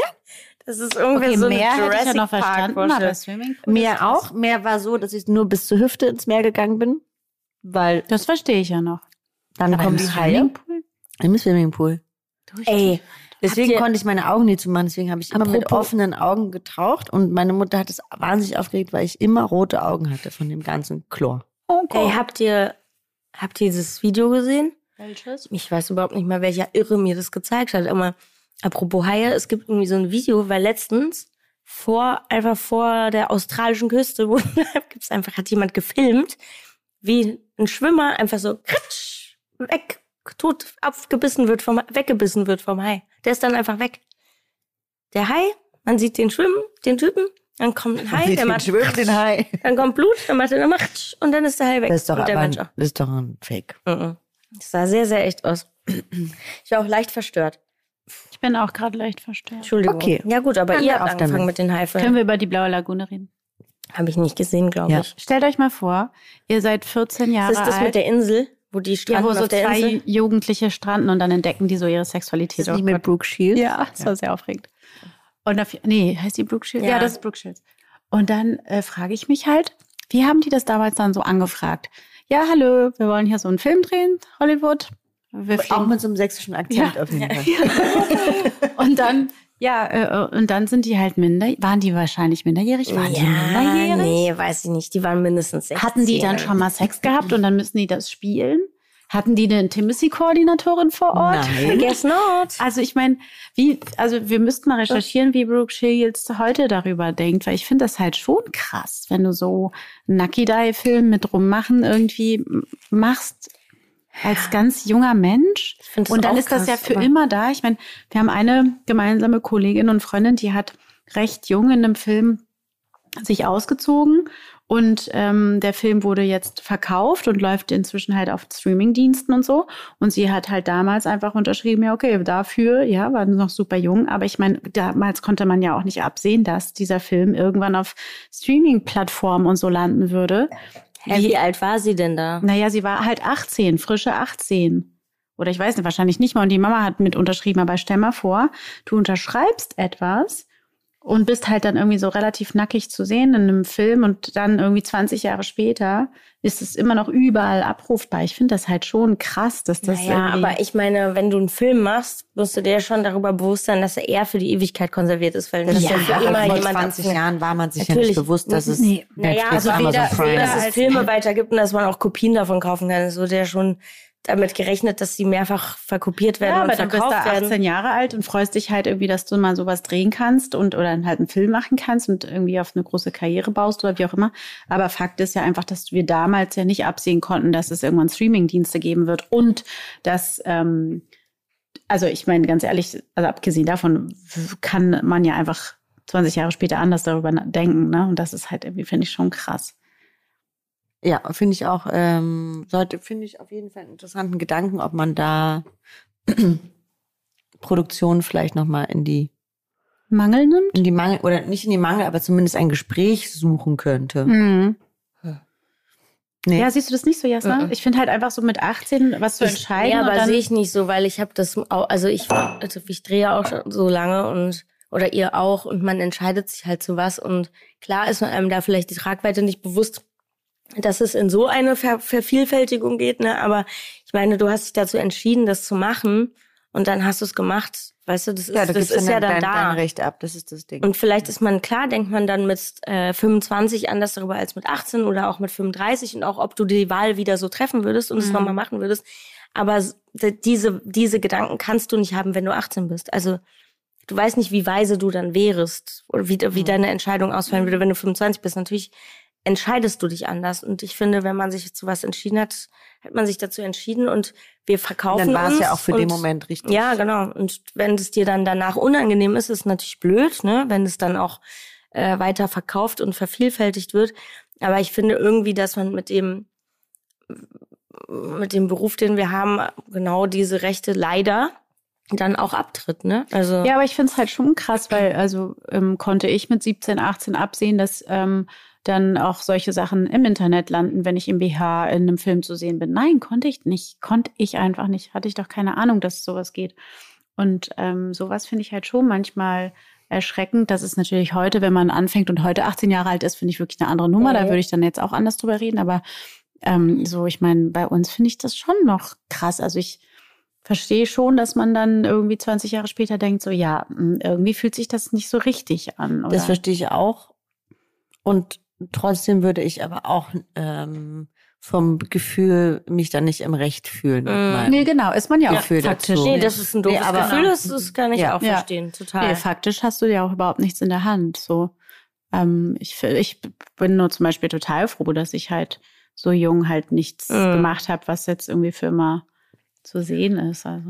Das ist irgendwie Okay, so eine mehr hätte ich ja Jurassic noch Park verstanden, aber Vorstellung. Swimmingpool. Mehr ist krass. auch. Mehr war so, dass ich nur bis zur Hüfte ins Meer gegangen bin, weil Das verstehe ich ja noch. dann kommen die Haie Swimmingpool? im Swimmingpool. Ey, Deswegen Habt ihr- konnte ich meine Augen nie zumachen. Deswegen habe ich immer mit Apropos- offenen Augen getaucht. Und meine Mutter hat es wahnsinnig aufgeregt, weil ich immer rote Augen hatte von dem ganzen Chlor. ey, habt ihr, habt ihr dieses Video gesehen? Welches? Ich weiß überhaupt nicht mehr, welcher Irre mir das gezeigt hat. Aber apropos Haie, es gibt irgendwie so ein Video, weil letztens vor, einfach vor der australischen Küste, wo gibt's einfach, hat jemand gefilmt, wie ein Schwimmer einfach so kratsch, weg, tot abgebissen wird vom, weggebissen wird vom Hai. Der ist dann einfach weg. Der Hai, man sieht den schwimmen, den Typen, dann kommt ein Hai, Sieht der den macht, schwimmt, den Hai. dann kommt Blut, dann macht er dann macht und dann ist der Hai weg. Das ist doch, und der aber Mensch ein, auch. das ist doch ein Fake. Mhm. Das sah sehr, sehr echt aus. Ich war auch leicht verstört. Ich bin auch gerade leicht verstört. Entschuldigung. Okay. Ja gut, aber Hören ihr wir habt auf angefangen damit. mit den Können Haifilmen. wir über die Blaue Lagune reden? Habe ich nicht gesehen, glaube Ja. ich. Stellt euch mal vor, ihr seid vierzehn Jahre Ist das alt. mit der Insel, wo die ja, stranden wo so auf der zwei Insel? Jugendliche stranden und dann entdecken die so ihre Ist Sexualität. das nicht Oh mit Gott. Brooke Shields? Ja, das war sehr aufregend. Und dafür, nee, heißt die Brooke Shields? Ja. Ja, das ist Brooke Shields. Und dann äh, frage ich mich halt, wie haben die das damals dann so angefragt? Ja, hallo, wir wollen hier so einen Film drehen, Hollywood. Wir Auch fliegen. mit so einem sächsischen Akzent Ja. auf jeden Fall. Und dann, ja, äh, und dann sind die halt minder, waren die wahrscheinlich minderjährig? Waren die minderjährig? nee, weiß ich nicht. Die waren mindestens sechzehn. Hatten die dann schon mal Sex gehabt und dann müssen die das spielen? Hatten die eine Intimacy-Koordinatorin vor Ort? Nein. Guess not. Also ich meine, wie, also wir müssten mal recherchieren, wie Brooke Shields heute darüber denkt, weil ich finde das halt schon krass, wenn du so einen Nucky Die-Film mit rummachen irgendwie m- machst als ganz junger Mensch. Ich find das Und dann auch ist das ja krass, für aber- immer da. Ich meine, wir haben eine gemeinsame Kollegin und Freundin, die hat recht jung in einem Film sich ausgezogen und ähm, der Film wurde jetzt verkauft und läuft inzwischen halt auf Streamingdiensten und so. Und sie hat halt damals einfach unterschrieben, ja okay, dafür, ja, war noch super jung, aber ich meine, damals konnte man ja auch nicht absehen, dass dieser Film irgendwann auf Streaming-Plattformen und so landen würde. Hä, wie alt war sie denn da? Naja, sie war halt achtzehn, frische achtzehn. Oder ich weiß nicht, wahrscheinlich nicht mal. Und die Mama hat mit unterschrieben. Aber stell mal vor, du unterschreibst etwas und bist halt dann irgendwie so relativ nackig zu sehen in einem Film und dann irgendwie zwanzig Jahre später ist es immer noch überall abrufbar. Ich finde das halt schon krass, dass das Naja, irgendwie... aber ich meine, wenn du einen Film machst, musst du dir schon darüber bewusst sein, dass er eher für die Ewigkeit konserviert ist, weil das Ja, ja für aber immer vor jemand zwanzig abnimmt. Jahren war man sich ja Natürlich. nicht bewusst, dass es Nee. Naja, Netflix, also Amazon weder, Prime weder ist. dass es Filme weitergibt und dass man auch Kopien davon kaufen kann. Es wurde ja schon damit gerechnet, dass sie mehrfach verkopiert werden Ja, und aber du bist verkauft da werden. achtzehn Jahre alt und freust dich halt irgendwie, dass du mal sowas drehen kannst und oder halt einen Film machen kannst und irgendwie auf eine große Karriere baust oder wie auch immer. Aber Fakt ist ja einfach, dass wir damals ja nicht absehen konnten, dass es irgendwann Streamingdienste geben wird und dass, ähm, also ich meine ganz ehrlich, also abgesehen davon kann man ja einfach zwanzig Jahre später anders darüber denken, ne? Und das ist halt irgendwie, finde ich, schon krass. Ja, finde ich auch, ähm, sollte, finde ich auf jeden Fall einen interessanten Gedanken, ob man da Produktion vielleicht nochmal in die, Mangel nimmt? in die Mangel, oder nicht in die Mangel, aber zumindest ein Gespräch suchen könnte. Mhm. Nee. Ja, siehst du das nicht so, Jasna? Mhm. Ich finde halt einfach so mit achtzehn was zu Ich- entscheiden. Ja, und aber dann, sehe ich nicht so, weil ich habe das auch, also ich, also ich drehe auch schon so lange und oder ihr auch und man entscheidet sich halt zu was und klar ist man einem da vielleicht die Tragweite nicht bewusst, dass es in so eine Ver Vervielfältigung geht, ne? Aber ich meine, du hast dich dazu entschieden, das zu machen und dann hast du es gemacht, weißt du, das ist, Ja, du das gibst ist dann ja dann dein, da. dein Recht ab, das ist das Ding. Und vielleicht ist man, klar, denkt man dann mit äh, fünfundzwanzig anders darüber als mit achtzehn oder auch mit fünfunddreißig und auch, ob du die Wahl wieder so treffen würdest und es Mhm. nochmal machen würdest. Aber s- d- diese, diese Gedanken kannst du nicht haben, wenn du achtzehn bist. Also du weißt nicht, wie weise du dann wärst oder wie, wie deine Entscheidung ausfallen würde, wenn du fünfundzwanzig bist. Natürlich entscheidest du dich anders. Und ich finde, wenn man sich zu was entschieden hat, hat man sich dazu entschieden und wir verkaufen uns. Dann war es ja auch für und, den Moment richtig. Ja, genau. Und wenn es dir dann danach unangenehm ist, ist es natürlich blöd, ne? Wenn es dann auch äh, weiter verkauft und vervielfältigt wird. Aber ich finde irgendwie, dass man mit dem mit dem Beruf, den wir haben, genau diese Rechte leider dann auch abtritt, ne? Also ja, aber ich finde es halt schon krass, weil also ähm, konnte ich mit siebzehn, achtzehn absehen, dass ähm, dann auch solche Sachen im Internet landen, wenn ich im B H in einem Film zu sehen bin. Nein, konnte ich nicht. Konnte ich einfach nicht. Hatte ich doch keine Ahnung, dass sowas geht. Und ähm, sowas finde ich halt schon manchmal erschreckend. Das ist natürlich heute, wenn man anfängt und heute achtzehn Jahre alt ist, finde ich wirklich eine andere Nummer. Mhm. Da würde ich dann jetzt auch anders drüber reden. Aber ähm, so, ich meine, bei uns finde ich das schon noch krass. Also ich verstehe schon, dass man dann irgendwie zwanzig Jahre später denkt, so ja, irgendwie fühlt sich das nicht so richtig an. Oder? Das verstehe ich auch. Und trotzdem würde ich aber auch ähm, vom Gefühl mich dann nicht im Recht fühlen. Mm. Nee, genau, ist man ja auch Gefühl faktisch. dazu. nee, das ist ein doofes Nee, aber- Gefühl, das, das kann ich Ja. auch Ja. verstehen, total. Nee, faktisch hast du ja auch überhaupt nichts in der Hand. So, ähm, ich, ich bin nur zum Beispiel total froh, dass ich halt so jung halt nichts Mm. gemacht habe, was jetzt irgendwie für immer zu sehen ist. Also.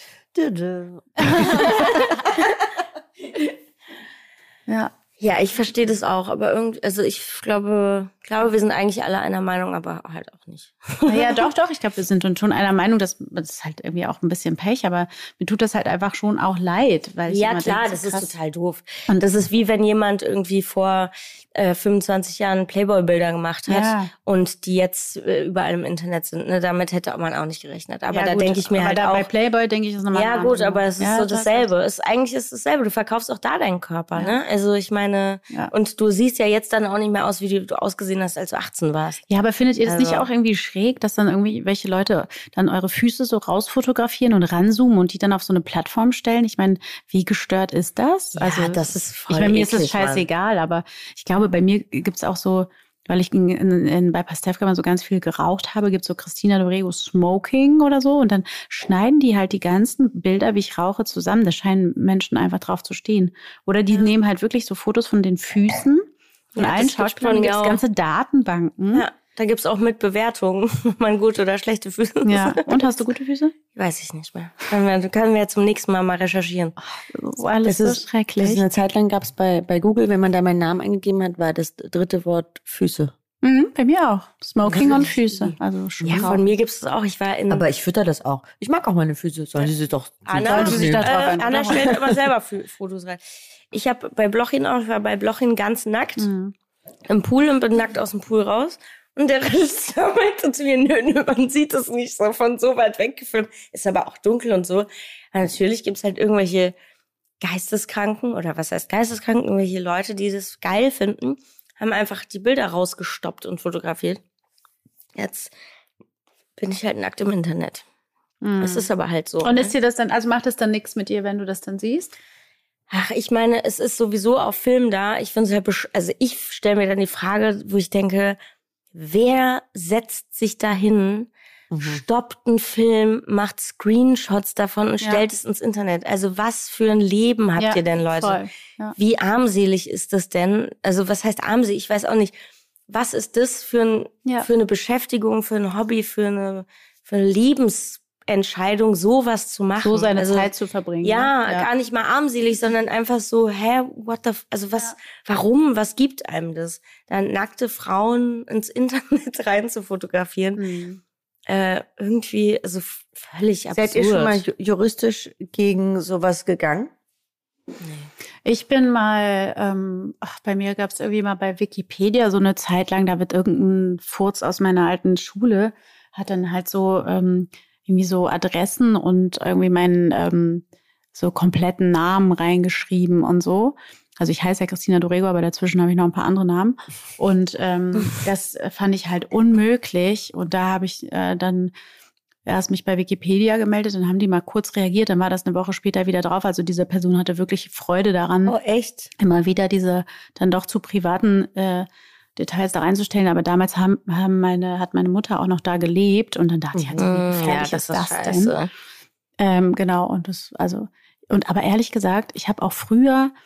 Ja. Ja, ich verstehe das auch, aber irgendwie, also ich glaube, glaube, wir sind eigentlich alle einer Meinung, aber halt auch nicht. Ja, doch, doch. Ich glaube, wir sind schon einer Meinung, dass das ist halt irgendwie auch ein bisschen Pech, aber mir tut das halt einfach schon auch leid, weil ich Ja, immer klar, denke, das so ist krass. total doof. Und das ist wie wenn jemand irgendwie vor äh, fünfundzwanzig Jahren Playboy-Bilder gemacht hat Ja. und die jetzt äh, überall im Internet sind. Ne? Damit hätte man auch nicht gerechnet. Aber Ja, da gut, denke ich mir aber halt da auch. bei Playboy denke ich, ist nochmal Ja eine gut, andere aber Nummer. es ist Ja, so du hast dasselbe. Es, eigentlich ist es dasselbe. Du verkaufst auch da deinen Körper, Ja. ne? Also ich meine, Ja. und du siehst ja jetzt dann auch nicht mehr aus, wie du ausgesehen hast, als du achtzehn warst. Ja, aber findet ihr das Also- nicht auch irgendwie schräg, dass dann irgendwie welche Leute dann eure Füße so rausfotografieren und ranzoomen und die dann auf so eine Plattform stellen? Ich meine, wie gestört ist das? Also Ja, das ist voll Ich meine, mir ist das eklig, Mann. scheißegal, aber ich glaube, bei mir gibt's auch so, weil ich in, in, in, bei Pastewka mal so ganz viel geraucht habe, gibt's so Christina Dorego Smoking oder so und dann schneiden die halt die ganzen Bilder, wie ich rauche, zusammen. Da scheinen Menschen einfach drauf zu stehen. Oder die nehmen halt wirklich so Fotos von den Füßen von Ja, allen das gibt's Schauspielern, von da gibt's mir auch. ganze Datenbanken. Ja, da gibt's auch mit Bewertungen, ob man gute oder schlechte Füße Ja. Und hast du gute Füße? Weiß ich nicht mehr. Können wir, können wir zum nächsten Mal mal recherchieren. Oh, alles Das so ist, schrecklich. das ist eine Zeit lang gab es bei, bei Google, wenn man da meinen Namen eingegeben hat, war das dritte Wort Füße. Mhm, bei mir auch. Smoking und Füße. Also schon Ja, drauf. von mir gibt's das auch. Ich war in Aber ich fütter das auch. Ich mag auch meine Füße. Sollen sie sie doch Anna, Sollte sich da drauf äh, ein- Anna drauf stellt immer selber F- Fotos rein. Ich habe bei Blochin auch, ich war bei Blochin ganz nackt Mhm. im Pool und bin nackt aus dem Pool raus. Und der Regisseur meinte zu mir, nö, nö, man sieht es nicht so von so weit weg gefilmt. Ist aber auch dunkel und so. Aber natürlich gibt's halt irgendwelche Geisteskranken oder was heißt Geisteskranken, irgendwelche Leute, die das geil finden, haben einfach die Bilder rausgestoppt und fotografiert. Jetzt bin ich halt nackt im Internet. Mhm. Es ist aber halt so. Und ne? ist dir das dann, also macht es dann nichts mit dir, wenn du das dann siehst? Ach, ich meine, es ist sowieso auf Film da. Ich finde es halt, besch- also ich stelle mir dann die Frage, wo ich denke, wer setzt sich da hin, stoppt einen Film, macht Screenshots davon und Ja. stellt es ins Internet? Also was für ein Leben habt Ja, ihr denn, Leute? voll. Ja. Wie armselig ist das denn? Also was heißt armselig? Ich weiß auch nicht. Was ist das für, ein, Ja. für eine Beschäftigung, für ein Hobby, für eine, für eine Lebensentscheidung, sowas zu machen? So seine also, Zeit zu verbringen. Ja, ne? gar nicht mal armselig, sondern einfach so, hä, what the, f also was, warum, was gibt einem das? Dann nackte Frauen ins Internet rein zu fotografieren, Mhm. äh, irgendwie, also f- völlig absurd. Seid ihr schon mal ju- juristisch gegen sowas gegangen? Ich bin mal, ähm, ach, bei mir gab es irgendwie mal bei Wikipedia so eine Zeit lang, da wird irgendein Furz aus meiner alten Schule, hat dann halt so ähm, irgendwie so Adressen und irgendwie meinen ähm, so kompletten Namen reingeschrieben und so. Also ich heiße ja Christina Dorego, aber dazwischen habe ich noch ein paar andere Namen. Und ähm, das fand ich halt unmöglich. Und da habe ich äh, dann erst mich bei Wikipedia gemeldet, dann haben die mal kurz reagiert, dann war das eine Woche später wieder drauf. Also diese Person hatte wirklich Freude daran, Oh, echt? immer wieder diese dann doch zu privaten äh, Details da reinzustellen. Aber damals haben, haben meine, hat meine Mutter auch noch da gelebt und dann dachte ich halt, so, wie Mm, gefährlich ja, ist das ist das denn? scheiße. Ähm, genau, und das, also, und aber ehrlich gesagt, ich habe auch früher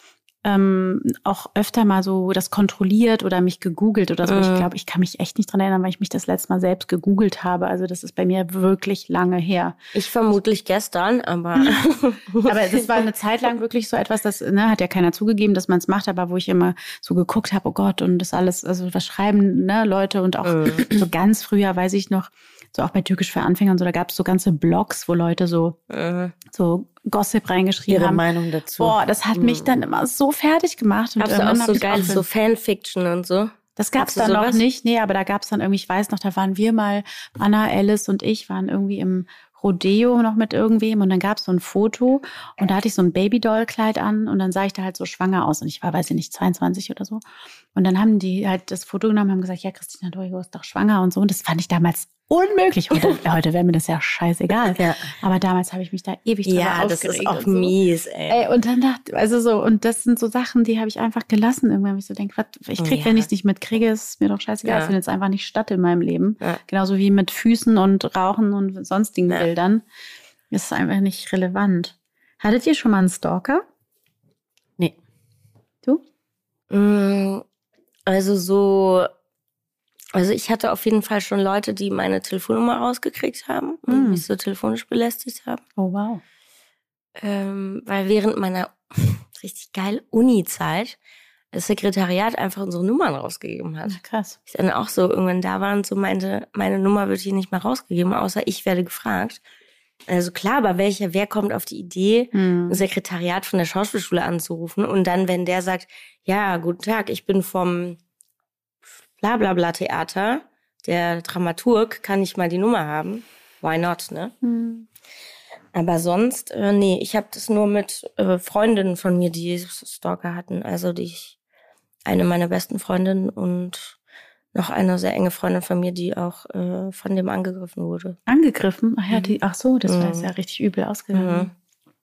ähm, auch öfter mal so das kontrolliert oder mich gegoogelt oder so. Mhm. Ich glaube, ich kann mich echt nicht dran erinnern, weil ich mich das letzte Mal selbst gegoogelt habe. Also das ist bei mir wirklich lange her. Ich vermutlich gestern, aber... aber das war eine Zeit lang wirklich so etwas, das ne, hat ja keiner zugegeben, dass man es macht, aber wo ich immer so geguckt habe, oh Gott, und das alles, also was schreiben ne, Leute und auch mhm. so ganz früher, weiß ich noch, so auch bei Türkisch für Anfänger und so, da gab es so ganze Blogs, wo Leute so, mhm. so Gossip reingeschrieben Ihre haben. Meinung dazu. Boah, das hat mhm. mich dann immer so fertig gemacht. Und Hab's auch so geil, so Fanfiction und so. Das gab's dann noch nicht, nee, aber da gab's dann irgendwie, ich weiß noch, da waren wir mal, Anna, Alice und ich waren irgendwie im Rodeo noch mit irgendwem und dann gab's so ein Foto und da hatte ich so ein Babydoll-Kleid an und dann sah ich da halt so schwanger aus und ich war, weiß ich nicht, zweiundzwanzig oder so. Und dann haben die halt das Foto genommen und haben gesagt, ja, Christina Dorigo ist doch schwanger und so. Und das fand ich damals unmöglich. Heute, heute wäre mir das ja scheißegal. Ja. Aber damals habe ich mich da ewig drüber ja, aufgeregt. Ja, das ist auch so. mies, ey. ey. Und dann dachte also so, und das sind so Sachen, die habe ich einfach gelassen. Irgendwann habe ich so denke, was ich krieg, ja. wenn ich es nicht mitkriege, ist mir doch scheißegal. Es ja. findet jetzt einfach nicht statt in meinem Leben. Ja. Genauso wie mit Füßen und Rauchen und sonstigen ja. Bildern. Das ist einfach nicht relevant. Hattet ihr schon mal einen Stalker? Nee. Du? Also so... Also ich hatte auf jeden Fall schon Leute, die meine Telefonnummer rausgekriegt haben und mm. mich so telefonisch belästigt haben. Oh, wow. Ähm, weil während meiner richtig geil Uni-Zeit das Sekretariat einfach unsere Nummern rausgegeben hat. Krass. Ich dann auch so irgendwann da war und so meinte, meine Nummer wird hier nicht mehr rausgegeben, außer ich werde gefragt. Also klar, aber welcher, wer kommt auf die Idee, mm. ein Sekretariat von der Schauspielschule anzurufen und dann, wenn der sagt, ja, guten Tag, ich bin vom Blablabla-Theater, der Dramaturg, kann ich mal die Nummer haben? Why not, ne? Hm. Aber sonst, äh, nee, ich habe das nur mit äh, Freundinnen von mir, die Stalker hatten. Also die ich, eine meiner besten Freundinnen und noch eine sehr enge Freundin von mir, die auch äh, von dem angegriffen wurde. Angegriffen? Ach ja, die, ach so, das mhm. war jetzt ja richtig übel ausgegangen. Mhm.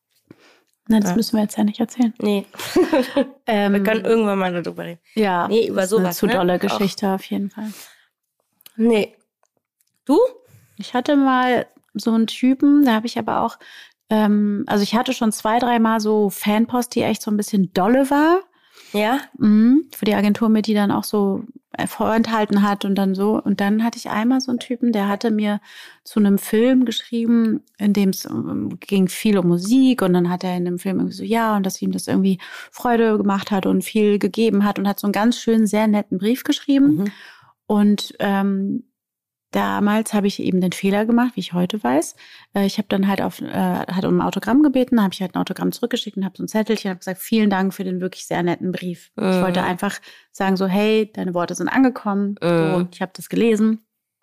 Na, das ja. müssen wir jetzt ja nicht erzählen. Nee. ähm, wir können irgendwann mal darüber reden. Ja, nee, über das sowas. Ist eine zu ne? dolle Geschichte auch. Auf jeden Fall. Nee. Du? Ich hatte mal so einen Typen, da habe ich aber auch, ähm, also ich hatte schon zwei, dreimal so Fanpost, die echt so ein bisschen dolle war. Ja? Mhm, für die Agentur mit, die dann auch so vorenthalten hat und dann so. Und dann hatte ich einmal so einen Typen, der hatte mir zu einem Film geschrieben, in dem es ging viel um Musik und dann hat er in dem Film irgendwie so, ja, und dass ihm das irgendwie Freude gemacht hat und viel gegeben hat und hat so einen ganz schönen, sehr netten Brief geschrieben. Mhm. Und ähm, damals habe ich eben den Fehler gemacht, wie ich heute weiß. Ich habe dann halt auf äh, hat um ein Autogramm gebeten, habe ich halt ein Autogramm zurückgeschickt und habe so ein Zettelchen, habe gesagt, vielen Dank für den wirklich sehr netten Brief. Mhm. Ich wollte einfach sagen so, hey, deine Worte sind angekommen, mhm. so, ich habe das gelesen.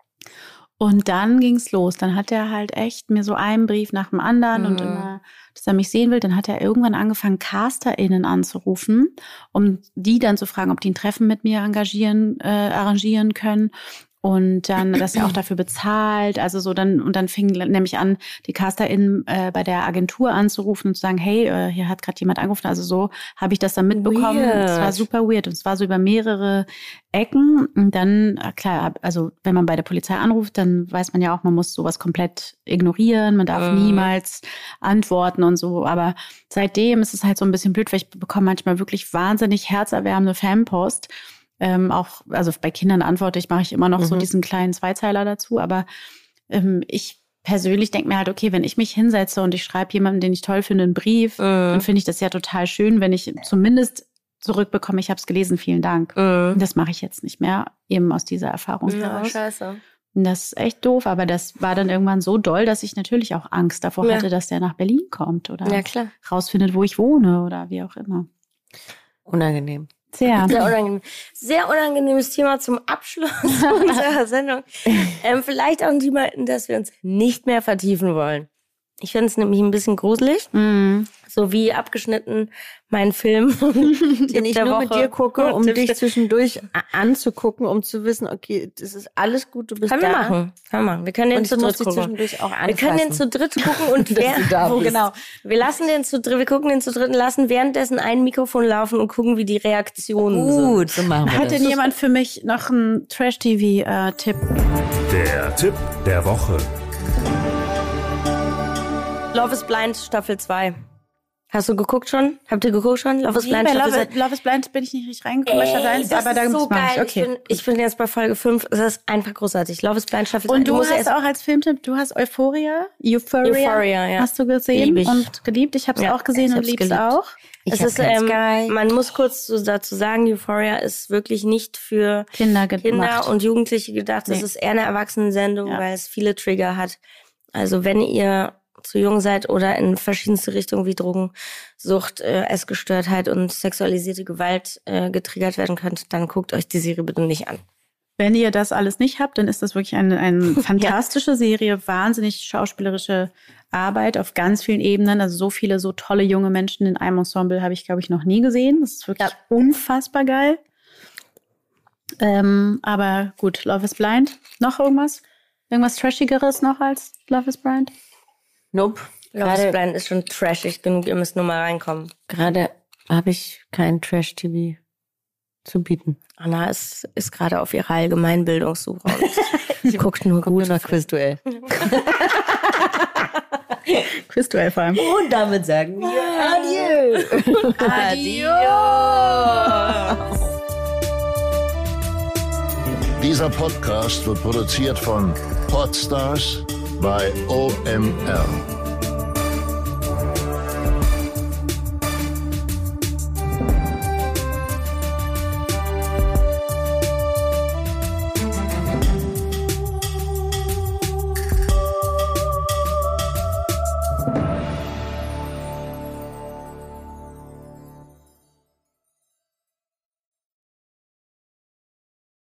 Und dann ging's los. Dann hat er halt echt mir so einen Brief nach dem anderen mhm. und immer, dass er mich sehen will. Dann hat er irgendwann angefangen, CasterInnen anzurufen, um die dann zu fragen, ob die ein Treffen mit mir engagieren, äh, arrangieren können. Und dann, dass er auch dafür bezahlt, also so dann, und dann fing nämlich an, die CasterInnen äh, bei der Agentur anzurufen und zu sagen, hey, äh, hier hat gerade jemand angerufen, also so habe ich das dann mitbekommen. Es war super weird und es war so über mehrere Ecken und dann, klar, also wenn man bei der Polizei anruft, dann weiß man ja auch, man muss sowas komplett ignorieren, man darf mhm. niemals antworten und so, aber seitdem ist es halt so ein bisschen blöd, weil ich bekomme manchmal wirklich wahnsinnig herzerwärmende Fanpost. Ähm, auch, also bei Kindern antworte ich, mache ich immer noch mhm. so diesen kleinen Zweizeiler dazu. Aber ähm, ich persönlich denke mir halt, okay, wenn ich mich hinsetze und ich schreibe jemandem, den ich toll finde, einen Brief, mhm. dann finde ich das ja total schön, wenn ich zumindest zurückbekomme, ich habe es gelesen, vielen Dank. Mhm. Das mache ich jetzt nicht mehr, eben aus dieser Erfahrung heraus. Ja, scheiße. Das ist echt doof, aber das war dann irgendwann so doll, dass ich natürlich auch Angst davor ja. hatte, dass der nach Berlin kommt oder ja, klar. rausfindet, wo ich wohne oder wie auch immer. Unangenehm. Sehr. Sehr unangenehm. Sehr unangenehmes Thema zum Abschluss unserer Sendung. Ähm, vielleicht auch ein Thema, in das wir uns nicht mehr vertiefen wollen. Ich finde es nämlich ein bisschen gruselig. Mm. So wie abgeschnitten mein Film, den ich nur Woche. mit dir gucke, um dich zwischendurch anzugucken, um zu wissen, okay, das ist alles gut, du bist Können da. Wir machen. Können wir machen. Wir können den und zu dritt gucken. Zwischendurch auch anfassen. Wir können den zu dritt gucken und wer, wo, genau. Wir lassen den zu dritt, wir gucken den zu dritt und lassen währenddessen ein Mikrofon laufen und gucken, wie die Reaktionen gut, sind. Gut, so machen wir Hat das. denn jemand für mich noch einen Trash-T V-Tipp? Der Tipp der Woche. Love is Blind Staffel zwei. Hast du geguckt schon? Habt ihr geguckt schon? Love is Blind? Bei Love, Love is Blind bin ich nicht richtig reingekommen, Ey, Staffel eins, aber da so mache ich. Okay. Ich bin, ich bin jetzt bei Folge fünf. Es ist einfach großartig. Love is Blind Staffel eins. Und du, du hast auch als Filmtipp, du hast Euphoria, Euphoria, Euphoria ja. hast du gesehen ich. und geliebt. Ich habe es ja, auch gesehen und lieb's auch. Ich es ist, ähm, man muss kurz so dazu sagen, Euphoria ist wirklich nicht für Kinder, Kinder und Jugendliche gedacht. Es nee. ist eher eine Erwachsenensendung, ja. weil es viele Trigger hat. Also wenn ihr zu jung seid oder in verschiedenste Richtungen wie Drogensucht, äh, Essgestörtheit und sexualisierte Gewalt äh, getriggert werden könnt, dann guckt euch die Serie bitte nicht an. Wenn ihr das alles nicht habt, dann ist das wirklich eine, eine fantastische ja. Serie, wahnsinnig schauspielerische Arbeit auf ganz vielen Ebenen. Also so viele, so tolle junge Menschen in einem Ensemble habe ich, glaube ich, noch nie gesehen. Das ist wirklich ja. unfassbar geil. Ähm, aber gut, Love is Blind. Noch irgendwas? Irgendwas Trashigeres noch als Love is Blind? Nope. Love is Blind ist schon trashig genug, ihr müsst nur mal reinkommen. Gerade habe ich kein Trash-T V zu bieten. Anna ist, ist gerade auf ihrer Allgemeinbildungssuche und sie guckt nur gut nach Quizduell. Quizduell vor allem. Und damit sagen wir Adieu. Adios. Dieser Podcast wird produziert von Podstars bei O M R.